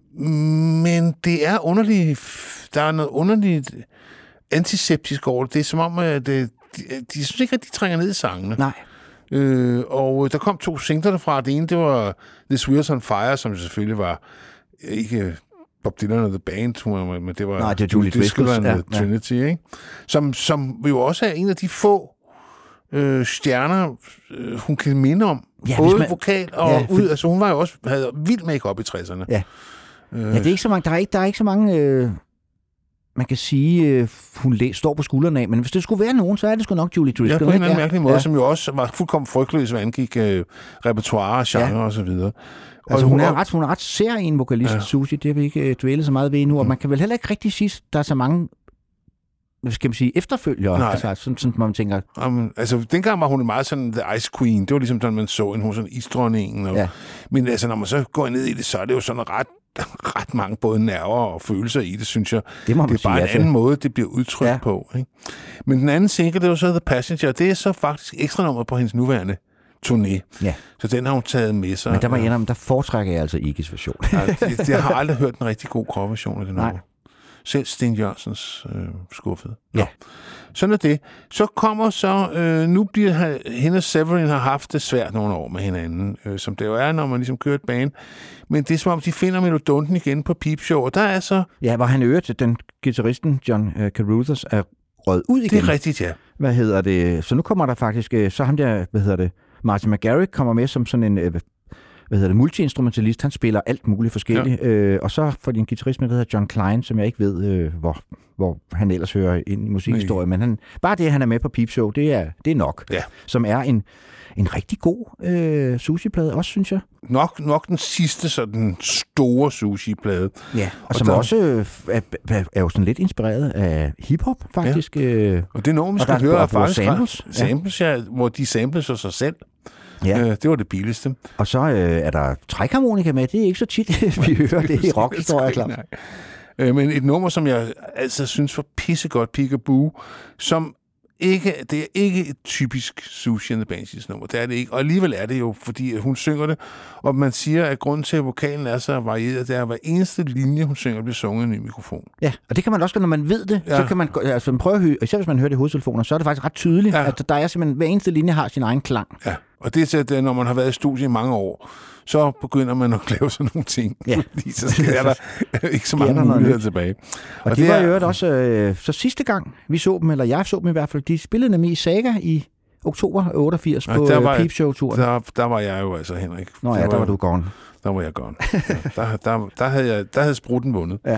men det er underligt, der er noget underligt antiseptisk over det. Det er som om, at det, de, de synes ikke, at de trænger ned i sangene. Nej. Øh, og der kom to singler derfra. Det ene, det var This Wheels on Fire, som selvfølgelig var ikke Bob Dylan og The Band, men det var, Nej, det var Julie Driscoll og ja, Trinity, ja. Ikke? Som, som jo også er en af de få øh, stjerner, øh, hun kan minde om. Ja, både man, vokal og ja, ud. Altså, hun var jo også, havde vild make-up i tresserne. Ja. Øh, ja, det er ikke så mange, der er ikke, der er ikke så mange... Øh man kan sige, øh, hun læ- står på skuldrene af, men hvis det skulle være nogen, så er det sgu nok Julie Driscoll. Ja, på en eller anden mærkelig måde, ja. Som jo også var fuldkommen frygtløs, hvad angik øh, repertoire, genre ja. og så videre. Altså, og hun, er ret, hun er ret sær i en vokalist, ja. Susie, det har vi ikke øh, dvælet så meget ved endnu, og mm. man kan vel heller ikke rigtig sige, der er så mange, hvad skal man sige, efterfølgere, altså, sådan, sådan, man tænker... Um, altså, dengang var hun meget sådan The Ice Queen, det var ligesom sådan, man så en, hun sådan isdronningen, og, ja. Men altså, når man så går ned i det, så er det jo sådan ret ret mange både nerver og følelser i det, synes jeg. Det, må det er sige, bare en altså. anden måde, det bliver udtrykt ja. på. Ikke? Men den anden single, det var så The Passenger, det er så faktisk ekstra nummer på hendes nuværende turné. Ja. Så den har hun taget med sig. Men der var en af dem, der foretrækker jeg altså Iggy's version. Ja, det, det har aldrig hørt en rigtig god coverversion af det nummer. Selv Sten Jørgensens øh, skuffede. Nå. Ja. Sådan er det. Så kommer så, øh, nu bliver hende og Severin har haft det svært nogle år med hinanden, øh, som det jo er, når man ligesom kører et band. Men det er som om, de finder melodonten igen på Peep Show, og der er så... Ja, var han øvrigt, den guitaristen John uh, Carruthers er røget ud igen. Det er rigtigt, ja. Hvad hedder det? Så nu kommer der faktisk, så ham der, hvad hedder det, Martin McGarrick kommer med som sådan en... Øh, hvad hedder det, multi-instrumentalist, han spiller alt muligt forskelligt. Ja. Øh, og så får de en guitarist med, der hedder John Klein, som jeg ikke ved, øh, hvor, hvor han ellers hører ind i musikhistorie, men han, bare det, han er med på Peep Show, det er, det er nok. Ja. Som er en, en rigtig god øh, sushi-plade også, synes jeg. Nok, nok den sidste sådan store sushi-plade. Ja, og, og som der... også øh, er, er jo sådan lidt inspireret af hiphop, faktisk. Ja. Øh, og det er noget, vi skal høre, er faktisk samples, samples ja. Ja, hvor de samples for sig selv. Ja. Øh, det var det billigste. Og så øh, er der trækharmonika med. Det er ikke så tit, vi hører det i rockhistorier, klart. Øh, men et nummer, som jeg altså synes var pissegodt, Peekaboo, som ikke, det er ikke et typisk Susie and the Banshees nummer. Det er det ikke. Og alligevel er det jo, fordi hun synger det. Og man siger, at grunden til, at vokalen er så varieret, det er, at hver eneste linje, hun synger, bliver sunget i en ny mikrofon. Ja, og det kan man også, når man ved det, ja. Så kan man, altså man prøve at høre, især hvis man hører det i hovedtelefoner, så er det faktisk ret tydeligt, ja. At der er simpelthen, hver eneste linje har sin egen klang. Ja, og det er til, når man har været i studiet i mange år, så begynder man at lave sådan nogle ting. Ja. Fordi så sker der ikke så mange muligheder tilbage. Og, og det, det var jo også, øh, så sidste gang vi så dem, eller jeg så dem i hvert fald, de spillede nemlig i Saga i oktober otteogfirs på Peep Show-turen. Der, der var jeg jo altså, Henrik. Nå ja, der var, der var du gone. Der var jeg gone. Ja, der, der, der, havde jeg, der havde sprutten vundet. Ja.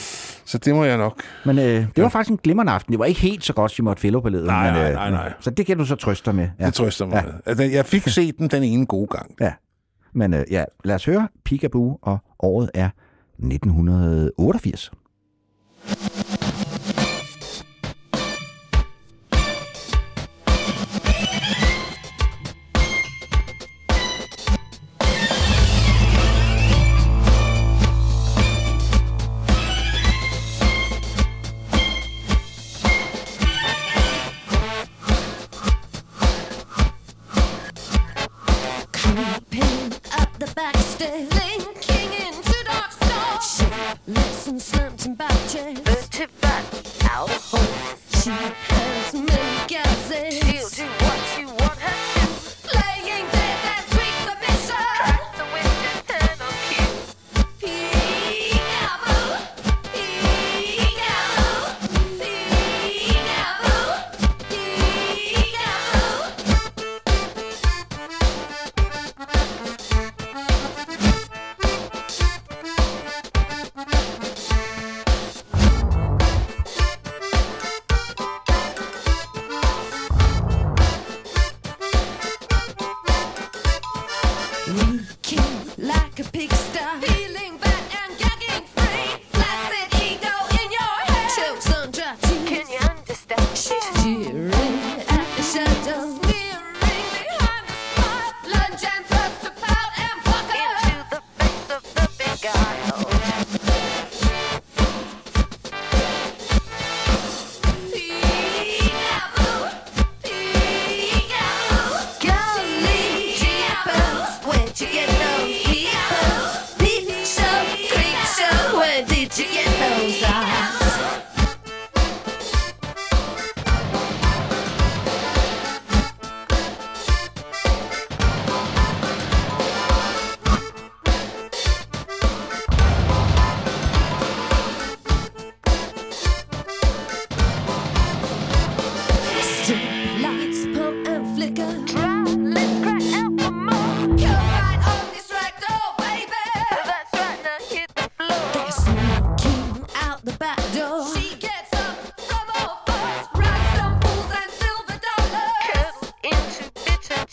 Så det må jeg nok. Men øh, det var ja. faktisk en glimrende aften. Det var ikke helt så godt, som måtte fælde på ledet. Nej, men, øh, nej, nej. Så det kan du så trøste dig med. Ja. Det trøster mig ja. med. Jeg fik set den den ene gode gang. Ja. Men øh, ja, lad os høre Peekaboo, og året er nitten otteogfirs.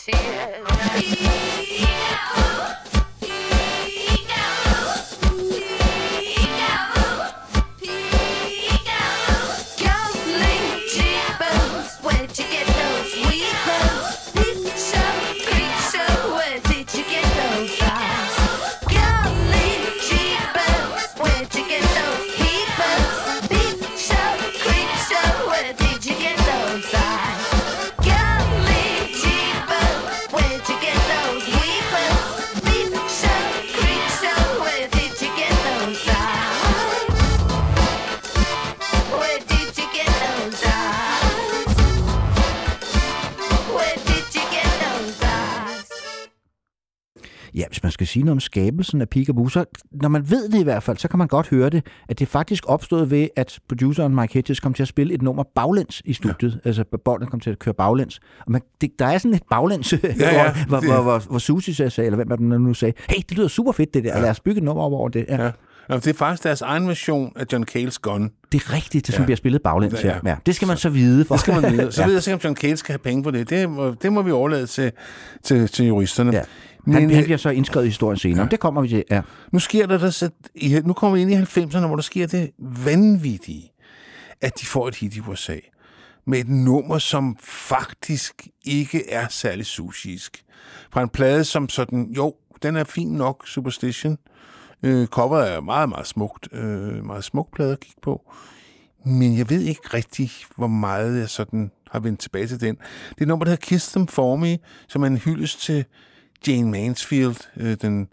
Ja, hvis man skal sige noget om skabelsen af Peekaboo, så når man ved det i hvert fald, så kan man godt høre det, at det faktisk opstod ved, at produceren Mike Hedges kom til at spille et nummer baglæns i studiet. Ja. Altså, bolden kom til at køre baglæns. Og man, det, der er sådan et baglæns, ja, ja, hvor, hvor, hvor, hvor, hvor Susie sagde, eller hvem var den nu sagde, hey, det lyder super fedt det der, ja. Lad os bygge et nummer over det. Ja. Ja. Ja, det er faktisk deres egen version af John Cales Gun. Det er rigtigt, det som ja. bliver spillet baglæns her. Ja. Ja. Det skal man så vide. For. Det skal man vide. Så ja. ved jeg ikke, om John Cale skal have penge på det. Det må, det må vi overlade til, til, til juristerne. Ja. Men, han, han bliver så indskrevet i historien senere. Ja. Det kommer vi til, ja. Nu sker der, der så, nu kommer vi ind i halvfemserne, hvor der sker det vanvittige, at de får et hit i U S A med et nummer, som faktisk ikke er særlig sushisk. Fra en plade, som sådan, jo, den er fin nok, Superstition. Øh, coveret er meget, meget smukt. Øh, meget smuk plade at kigge på. Men jeg ved ikke rigtig, hvor meget jeg sådan har vendt tilbage til den. Det er et nummer, der hedder Kiss Them For Me, som er en hyldest til Jane Mansfield, øh, den,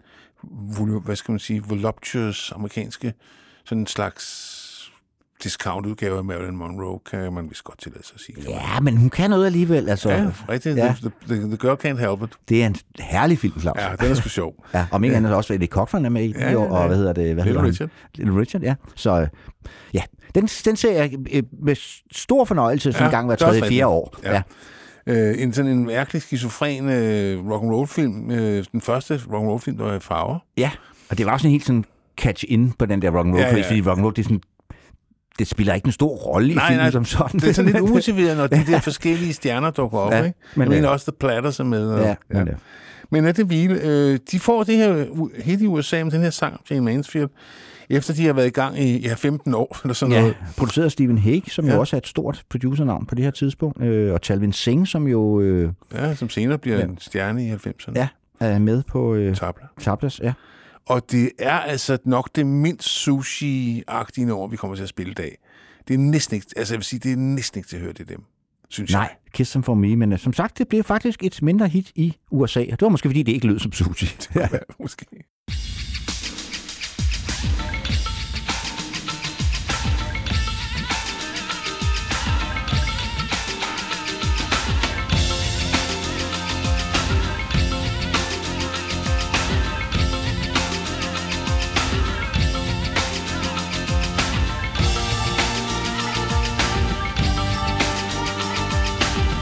hvad skal man sige, voluptuous amerikanske, sådan en slags discount-udgave af Marilyn Monroe, kan man vist godt tillade sig at sige. Ja, men hun kan noget alligevel. Altså, ja, rigtigt. Ja. The, the, the Girl Can't Help It. Det er en herlig film, Claus. Ja, den er sgu sjov. Ja, om ikke ja. andet også, Eddie Cochran er med i, ja, ja, ja. og hvad hedder det? Hvad Little hedder Richard. Little Richard, ja. Så ja, den, den ser jeg med stor fornøjelse sådan en ja, gang hver tredje, fjerde år. Ja. Ja. Uh, en sådan en mærkelig skizofren uh, rock'n'roll-film. Uh, den første rock'n'roll-film, der var i farver. Ja, og det var også en helt sådan catch-in på den der rock'n'roll, ja, ja. fordi rock'n'roll, det er sådan det spiller ikke en stor rolle i nej, filmen nej, som sådan. Det er sådan lidt umotiveret, når de der forskellige stjerner dukker op. Ja, ikke? Men jeg mener også, The Platters er med. Og, ja, men, ja. men er det vilde? Øh, de får det her hit i U S A med den her sang, Jane Mansfield, efter de har været i gang i ja, femten år. Eller sådan ja, noget. Produceret af Stephen Hague, som ja. jo også er et stort producernavn på det her tidspunkt, øh, og Talvin Singh, som jo... Øh, ja, som senere bliver ja. en stjerne i halvfemserne. Ja, er med på... Øh, Tabla. Tablas, ja. Og det er altså nok det mindst sushi-agtige nummer, vi kommer til at spille i dag. Det er næsten ikke, altså jeg vil sige, det er næsten ikke til at høre det dem, synes Nej, jeg. Nej, Kiss Them For Me, men uh, som sagt, det blev faktisk et mindre hit i U S A. Det var måske, fordi det ikke lød som sushi. Det kunne være, måske.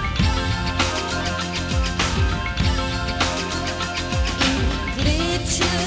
Glitches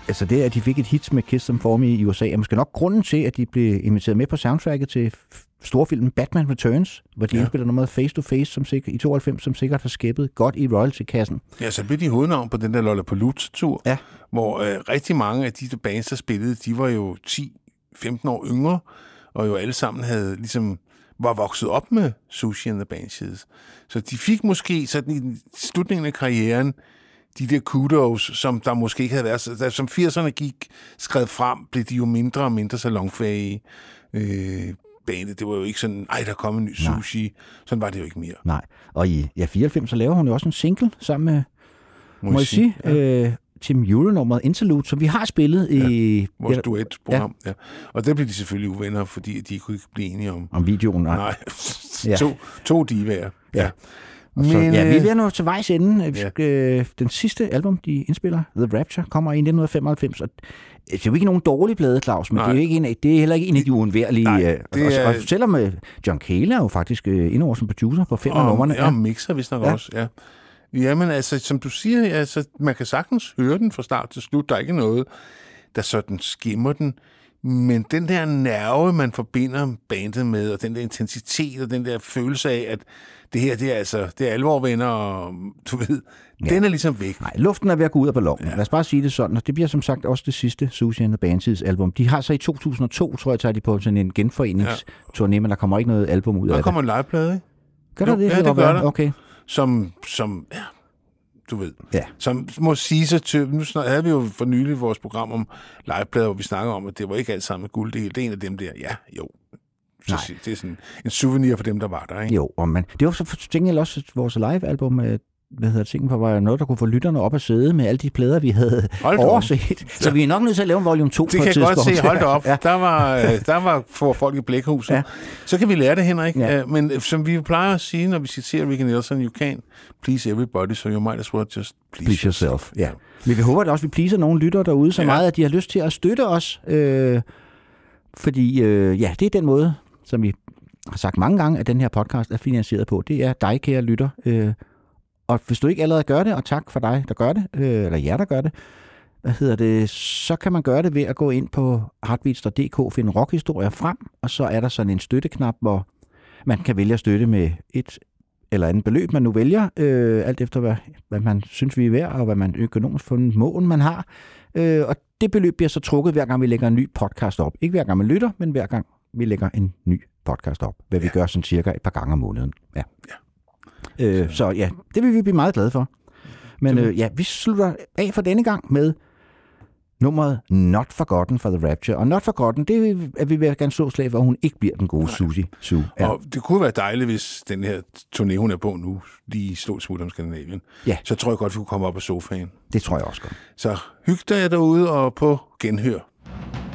altså det, at de fik et hit med Kiss Them For Me i U S A, er måske nok grunden til, at de blev inviteret med på soundtracket til storfilmen Batman Returns, hvor de ja. indspiller noget Face to Face som sikkert, i tooghalvfems, som sikkert har skæppet godt i royalty-kassen. Ja, så blev de hovednavn på den der Lollapalooza-tur, ja. hvor øh, rigtig mange af de bands, der spillede, de var jo ti femten år yngre, og jo alle sammen havde ligesom var vokset op med Siouxsie and the Banshees. Så de fik måske sådan i slutningen af karrieren de der kudos, som der måske ikke havde været. Da, som firserne gik skrevet frem, blev de jo mindre og mindre salonfæhige. Øh, bandet. Det var jo ikke sådan, ej, der kom en ny Siouxsie. Sådan var det jo ikke mere. Nej. Og i ja, fireoghalvfems, så laver hun jo også en single sammen med, må, må jeg sige, ja. øh, Tim Euro-nummeret Interlude, som vi har spillet ja, i... vores duetprogram. Ja. Ja. Og der blev de selvfølgelig uvenner, fordi de kunne ikke blive enige om... Om videoen, nej. Nej, ja. to, to divaer. Ja. ja. Men, så, ja, vi er ved at nå til vejs ende. Ja. Øh, den sidste album, de indspiller, The Rapture, kommer i nitten femoghalvfems, og det er jo ikke nogen dårlig plade, Claus, men det er, jo ikke en, det er heller ikke en af de uundværlige. Nej, det er... og, og selvom John Cale er jo faktisk øh, indover som producer på fem af numrene. Ja, og mixer vist nok ja. også, ja. Jamen altså, som du siger, altså, man kan sagtens høre den fra start til slut. Der er ikke noget, der sådan skimmer den. Men den der nerve, man forbinder bandet med, og den der intensitet, og den der følelse af, at det her, det er altså, det er alvor, venner, og du ved, ja. den er ligesom væk. Nej, luften er ved at gå ud af ballonen. Ja. Lad os bare sige det sådan, og det bliver som sagt også det sidste Siouxsie and the Banshees album. De har så i to tusind og to, tror jeg, tager de på sådan en genforeningsturné, ja. men der kommer ikke noget album ud der af det. Der kommer en liveplade, ikke? Gør der jo, det? Ja, det gør der. Okay. Som, som, ja, du ved, ja. som må sige sig til, nu snak, havde vi jo for nylig vores program om liveplader, hvor vi snakker om, at det var ikke alt sammen med guld, det er en af dem der, ja, jo. Så Nej. Det er sådan en souvenir for dem, der var der, ikke? Jo, og man, det var så for tænke også vores live-album, hvad hedder ting, for var noget, der kunne få lytterne op at sidde med alle de plader, vi havde overset. Så vi er nok nødt til at lave en volume to det på et tidspunkt. Det kan jeg godt se, hold da op. ja. Der var, der var for folk i blækhuset. Ja. Så kan vi lære det, Henrik. Ja. Men som vi plejer at sige, når vi citerer Ricky Nelson, you can't please everybody, so you might as well just please, please yourself. yourself. Ja. Men vi håber at også, vi pleaser nogle lyttere derude så ja. meget, at de har lyst til at støtte os. Øh, fordi, øh, ja, det er den måde, som vi har sagt mange gange, at den her podcast er finansieret på. Det er dig, kære lytter. Øh, Og hvis du ikke allerede gør det, og tak for dig, der gør det, øh, eller jer, der gør det, hvad hedder det, så kan man gøre det ved at gå ind på heartbeats punktum d k, finde rockhistorier frem, og så er der sådan en støtteknap, hvor man kan vælge at støtte med et eller andet beløb, man nu vælger, øh, alt efter hvad, hvad man synes, vi er værd, og hvad man økonomisk fundet mål, man har. Øh, og det beløb bliver så trukket, hver gang vi lægger en ny podcast op. Ikke hver gang man lytter, men hver gang vi lægger en ny podcast op, hvad ja. vi gør sådan cirka et par gange om måneden. Ja. ja. Øh, så ja, det vil vi blive meget glade for. Men øh, ja, vi slutter af for denne gang med nummeret Not Forgotten for The Rapture. Og Not Forgotten, det er vi vil gerne slå slag for, at hun ikke bliver den gode Siouxsie Sioux. Ja. Og det kunne være dejligt, hvis den her turné, hun er på nu, lige slog smut om Skandinavien. Ja. Så tror jeg godt, vi kunne komme op af sofaen. Det tror jeg også godt. Så hyg dig derude og på genhør.